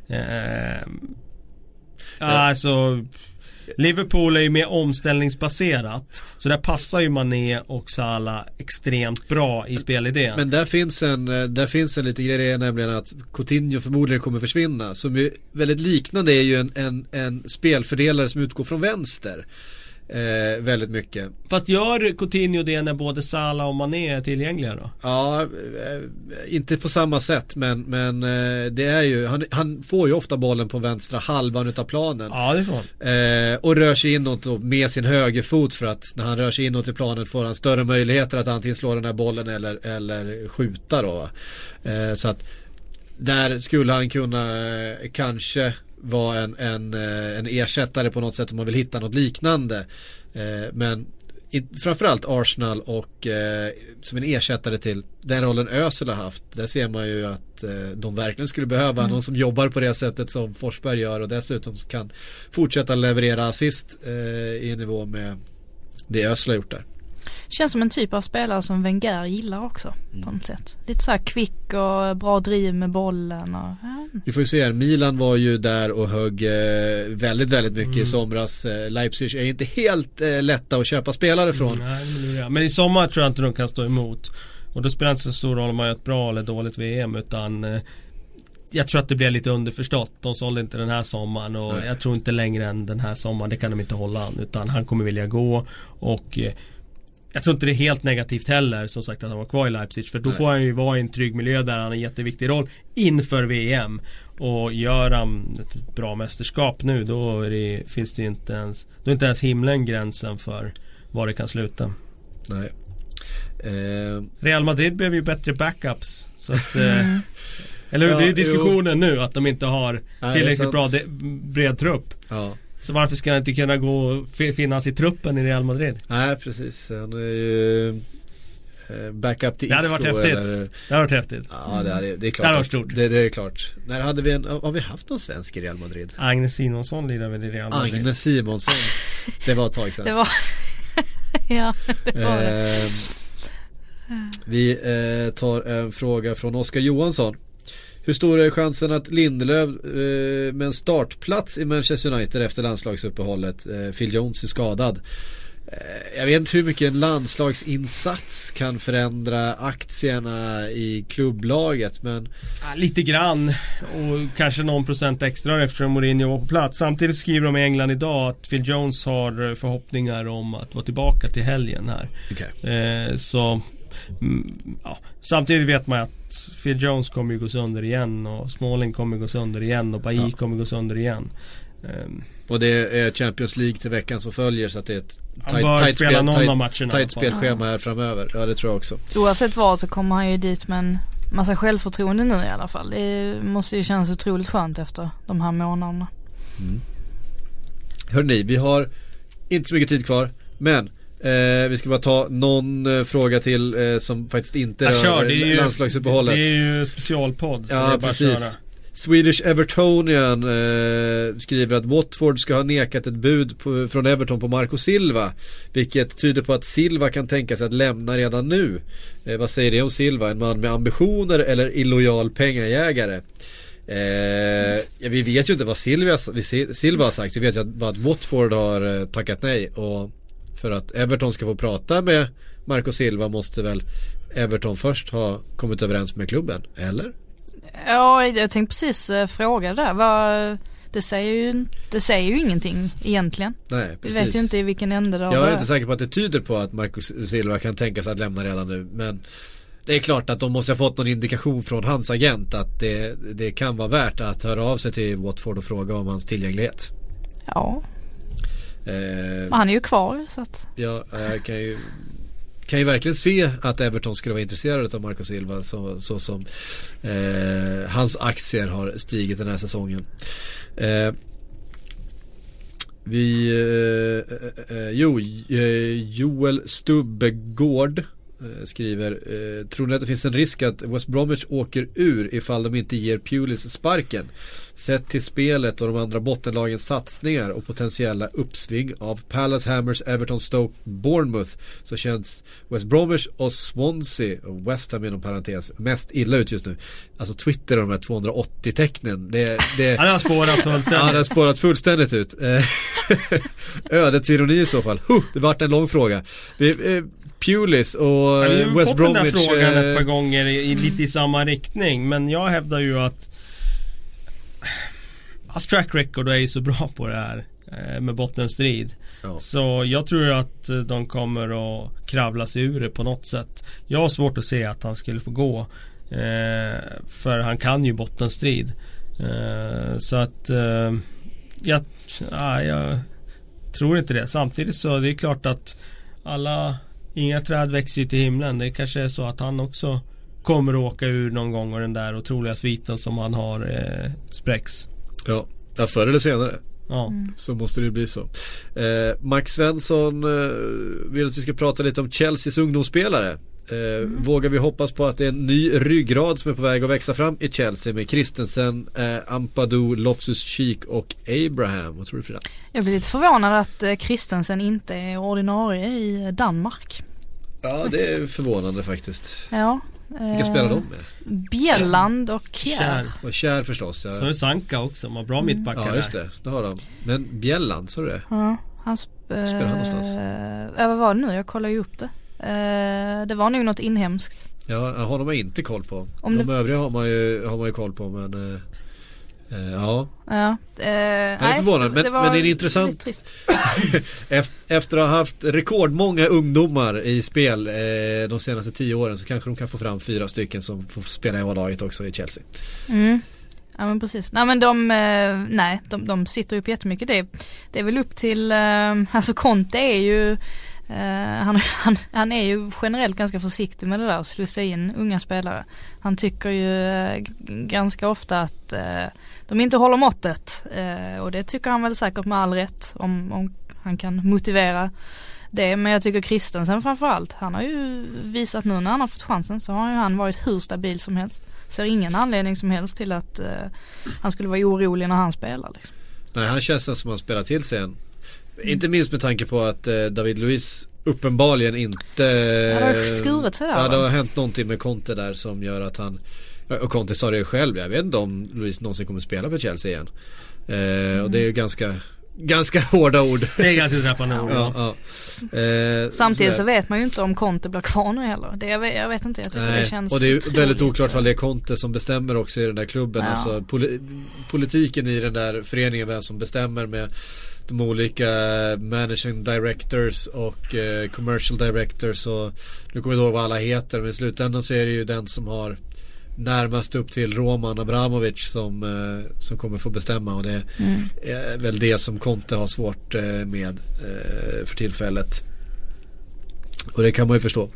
Alltså Liverpool är ju mer omställningsbaserat, så där passar ju Mané och Salah extremt bra i spelidén. Men där finns en lite grej, nämligen att Coutinho förmodligen kommer försvinna. Som är väldigt liknande är ju en spelfördelare som utgår från vänster. Väldigt mycket. Fast gör Coutinho det när både Salah och Mané är tillgängliga då? Ja, inte på samma sätt, men det är ju han får ju ofta bollen på vänstra halvan utav planen. Ja, det får han. Och rör sig inåt med sin högerfot, för att när han rör sig inåt i planen får han större möjligheter att antingen slå den här bollen eller skjuta då. Så att där skulle han kunna kanske vara en ersättare på något sätt om man vill hitta något liknande. Men framförallt Arsenal och som en ersättare till den rollen Özil har haft. Där ser man ju att de verkligen skulle behöva någon som jobbar på det sättet som Forsberg gör, och dessutom kan fortsätta leverera assist i nivå med det Özil har gjort där. Känns som en typ av spelare som Wenger gillar också på något sätt. Lite så här kvick och bra driv med bollen och, Vi får ju se här, Milan var ju där och högg väldigt, väldigt mycket i somras. Leipzig är inte helt lätta att köpa spelare från. Men i sommar tror jag inte de kan stå emot. Och då spelar det inte så stor roll om man gör ett bra eller dåligt VM, utan jag tror att det blir lite underförstått. De sålde inte den här sommaren, och jag tror inte längre än den här sommaren. Det kan de inte hålla an, utan han kommer vilja gå. Och jag tror inte det är helt negativt heller, som sagt, att han var kvar i Leipzig. För då får han ju vara i en trygg miljö där han har en jätteviktig roll inför VM. Och gör han ett bra mästerskap nu, då finns det ju inte ens himlen gränsen för var det kan sluta. Nej. Real Madrid behöver ju bättre backups, så att eller det är ju diskussionen nu att de inte har tillräckligt bra bred trupp. Ja. Så varför ska han inte kunna gå och finnas i truppen i Real Madrid? Nej, precis. Han är ju backup till Isco. Det hade varit häftigt. Det hade varit häftigt. Ja, det är klart. Det hade varit stort. Det är klart. När hade har vi haft någon svensk i Real Madrid? Agnes Simonsson lirar väl i Real Madrid. Agnes Simonsson. Det var ett tag sedan. det var ja, det var det. Vi tar en fråga från Oskar Johansson. Hur stor är chansen att Lindelöf med en startplats i Manchester United efter landslagsuppehållet, Phil Jones är skadad? Jag vet inte hur mycket en landslagsinsats kan förändra aktierna i klubblaget, men lite grann, och kanske någon procent extra eftersom Mourinho var på plats. Samtidigt skriver de i England idag att Phil Jones har förhoppningar om att vara tillbaka till helgen här. Okay. Så samtidigt vet man att Phil Jones kommer ju gå sönder igen, och Smalling kommer gå sönder igen, och Bailly kommer gå sönder igen. Och det är Champions League till veckan som följer, så att det är ett tajt spelschema här framöver. Ja, det tror jag också. Oavsett vad så kommer han ju dit med en massa självförtroende nu i alla fall. Det måste ju kännas otroligt skönt efter de här månaderna. Hörrni, vi har inte så mycket tid kvar, men vi ska bara ta någon fråga till som faktiskt inte rör landslagsuppehållet. Det är ju specialpodd, så ja, det är bara precis. att köra. Swedish Evertonian skriver att Watford ska ha nekat ett bud från Everton på Marco Silva, vilket tyder på att Silva kan tänka sig att lämna redan nu. Vad säger det om Silva? En man med ambitioner eller illojal pengajägare? Vi vet ju inte vad Silva har sagt. Vi vet ju att Watford har tackat nej, och för att Everton ska få prata med Marco Silva måste väl Everton först ha kommit överens med klubben, eller? Ja, jag tänkte precis fråga där. Det säger ju ingenting egentligen. Nej, precis. Vi vet ju inte i vilken ände det har. Jag är inte säker på att det tyder på att Marco Silva kan tänka sig att lämna redan nu, men det är klart att de måste ha fått någon indikation från hans agent att det kan vara värt att höra av sig till Watford och fråga om hans tillgänglighet. Ja. Men han är ju kvar, så att... Ja, jag kan ju verkligen se att Everton skulle vara intresserade av Marco Silva, så som hans aktier har stigit den här säsongen. Joel Stubbegård skriver, tror ni att det finns en risk att West Bromwich åker ur ifall de inte ger Pulis sparken? Sett till spelet och de andra bottenlagens satsningar och potentiella uppsving av Palace, Hammers, Everton, Stoke, Bournemouth, så känns West Bromwich och Swansea och West Ham inom parentes mest illa ut just nu. Alltså Twitter och de här 280 tecknen, det han har spårat fullständigt. Ja, det har spårat fullständigt ut. Ödets ironi i så fall. Det vart en lång fråga. Pulis och West Bromwich. Jag har fått den där frågan ett par gånger lite i samma riktning, men jag hävdar ju att hans track record är ju så bra på det här med bottenstrid. Ja. Så jag tror att de kommer att kravla sig ur det på något sätt. Jag har svårt att se att han skulle få gå, för han kan ju bottenstrid. Så att jag tror inte det. Samtidigt så det är klart att inga träd växer ju till himlen. Det kanske är så att han också kommer att åka ur någon gång och den där otroliga sviten som han har spräcks. Ja, förr eller senare. Ja. Så måste det bli så. Max Svensson vill att vi ska prata lite om Chelseas ungdomsspelare. Vågar vi hoppas på att det är en ny ryggrad som är på väg att växa fram i Chelsea med Christensen, Ampadu, Loftus-Cheek och Abraham? Vad tror du, Frida? Jag blir lite förvånad att Christensen inte är ordinarie i Danmark. Ja, det är förvånande faktiskt. Ja. Vilka spelar de med? Bjelland och Kjær. Och Kjær förstås, ja. Så är Sanka också, man har bra mittbackar. Ja, just det har de. Men Bjelland, så är det? Ja, spelar han någonstans? Vad var det nu? Jag kollar ju upp det. Det var nog något inhemskt. Ja, honom har jag inte koll på. De övriga har man ju koll på, men ja. Jag är förvånad, men det är intressant. Efter att ha haft rekordmånga ungdomar i spel de senaste 10 åren, så kanske de kan få fram 4 stycken som får spela i A-laget också i Chelsea. Ja, men precis. Nej, men de sitter ju på jättemycket. Det är väl upp till alltså Conte är ju han är ju generellt ganska försiktig med det där att slussa in unga spelare. Han tycker ju ganska ofta att de inte håller måttet, och det tycker han väl säkert med all rätt om han kan motivera det. Men jag tycker Christensen framförallt, han har ju visat nu när han har fått chansen, så har ju han varit hur stabil som helst. Ser ingen anledning som helst till att han skulle vara orolig när han spelar liksom. Nej, han känns som han spelar till sig en. Inte minst med tanke på att David Luiz uppenbarligen inte... Ja, det har skurit sig där. Ja, det har hänt någonting med Conte där som gör att han... Och Conte sa det själv, jag vet inte om Luiz någonsin kommer spela för Chelsea igen. Och det är ju ganska hårda ord. Det är ganska träffande ord. Ja. Samtidigt så vet man ju inte om Conte blir kvar nu heller. Jag vet inte, jag tycker det känns... Och det är ju väldigt oklart för det är Conte som bestämmer också i den där klubben. Ja. Alltså politiken i den där föreningen, vem som bestämmer med de olika managing directors och commercial directors, och nu kommer jag ihåg vad alla heter, men i slutändan så är det ju den som har närmast upp till Roman Abramovich som kommer få bestämma, och det är väl det som Conte har svårt med för tillfället, och det kan man ju förstå.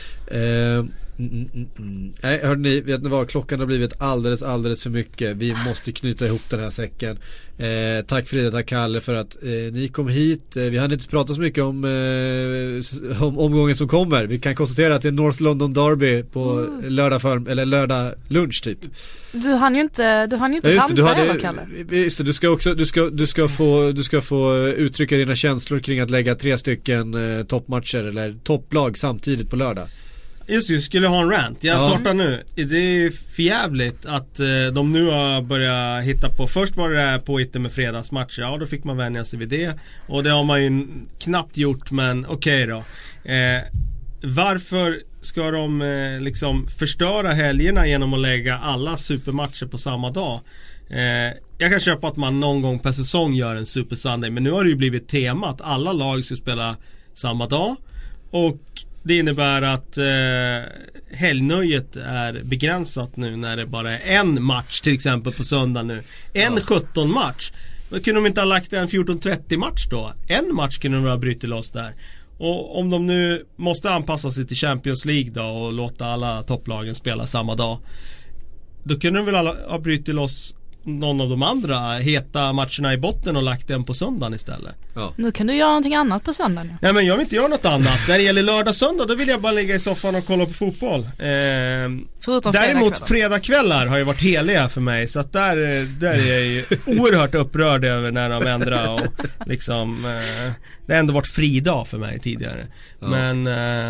Nej, hörde ni, vet ni vad, klockan har blivit alldeles för mycket. Vi måste knyta ihop den här säcken. Tack Frida, tack Kalle för att ni kom hit. Vi hade inte pratat så mycket om omgången som kommer. Vi kan konstatera att det är North London Derby på lördag lunch typ. Du hann ju inte rampa Kalle. Just det, du ska få uttrycka dina känslor kring att lägga 3 stycken toppmatcher eller topplag samtidigt på lördag. Just det, skulle ha en rant. Jag startar nu. Det är förjävligt att de nu har börjat hitta på. Först var det på inte med fredagsmatcher. Ja, då fick man vänja sig vid det. Och det har man ju knappt gjort, men okej då. Varför ska de liksom förstöra helgerna genom att lägga alla supermatcher på samma dag? Jag kan köpa att man någon gång per säsong gör en Super Sunday, men nu har det ju blivit tema att alla lag ska spela samma dag, och det innebär att helgnöjet är begränsat nu när det bara är en match till exempel på söndag nu. 17 match. Då kunde de inte ha lagt en 14-30 match då. En match kunde de ha brytit loss där. Och om de nu måste anpassa sig till Champions League då och låta alla topplagen spela samma dag, då kunde de väl ha brytit loss någon av de andra heta matcherna i botten och lagt den på söndagen istället. Ja. Nu kan du göra någonting annat på söndagen. Ja. Nej, men jag vill inte göra något annat. När det gäller lördag söndag, då vill jag bara ligga i soffan och kolla på fotboll. Förutom Däremot fredagkvällar har ju varit heliga för mig. Så att där är jag ju oerhört upprörd över när de ändrar. Och liksom, det har ändå varit fridag för mig tidigare. Ja. Men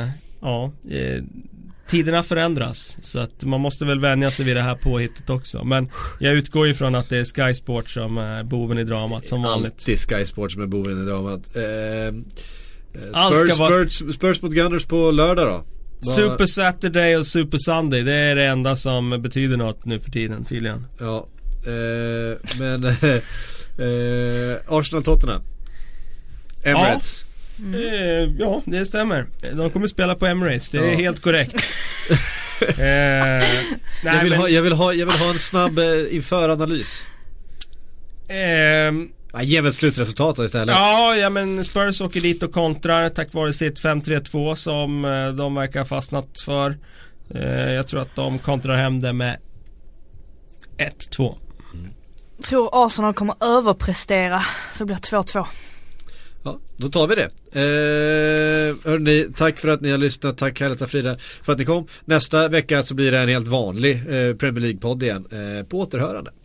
tiderna förändras, så att man måste väl vänja sig vid det här påhittet också. Men jag utgår ifrån att det är Sky Sports som är boven i dramat som vanligt. Alltid Sky Sports som är boven i dramat. Spurs mot Gunners på lördag då? Super Saturday och Super Sunday, det är det enda som betyder något nu för tiden tydligen. Ja, men Arsenal-Tottenham Emirates. Ja, det stämmer. De kommer spela på Emirates, det är helt korrekt. Jag vill ha en snabb införanalys. Ge mig ett slutresultat istället. Ja, men Spurs åker dit och kontrar tack vare sitt 5-3-2 som de verkar ha fastnat för. Jag tror att de kontrar hem det med 1-2. Jag tror Arsenal kommer överprestera, så det blir 2-2. Ja, då tar vi det. Hörrni, tack för att ni har lyssnat. Tack Carletta Frida för att ni kom. Nästa vecka så blir det en helt vanlig Premier League-podd igen. På återhörande.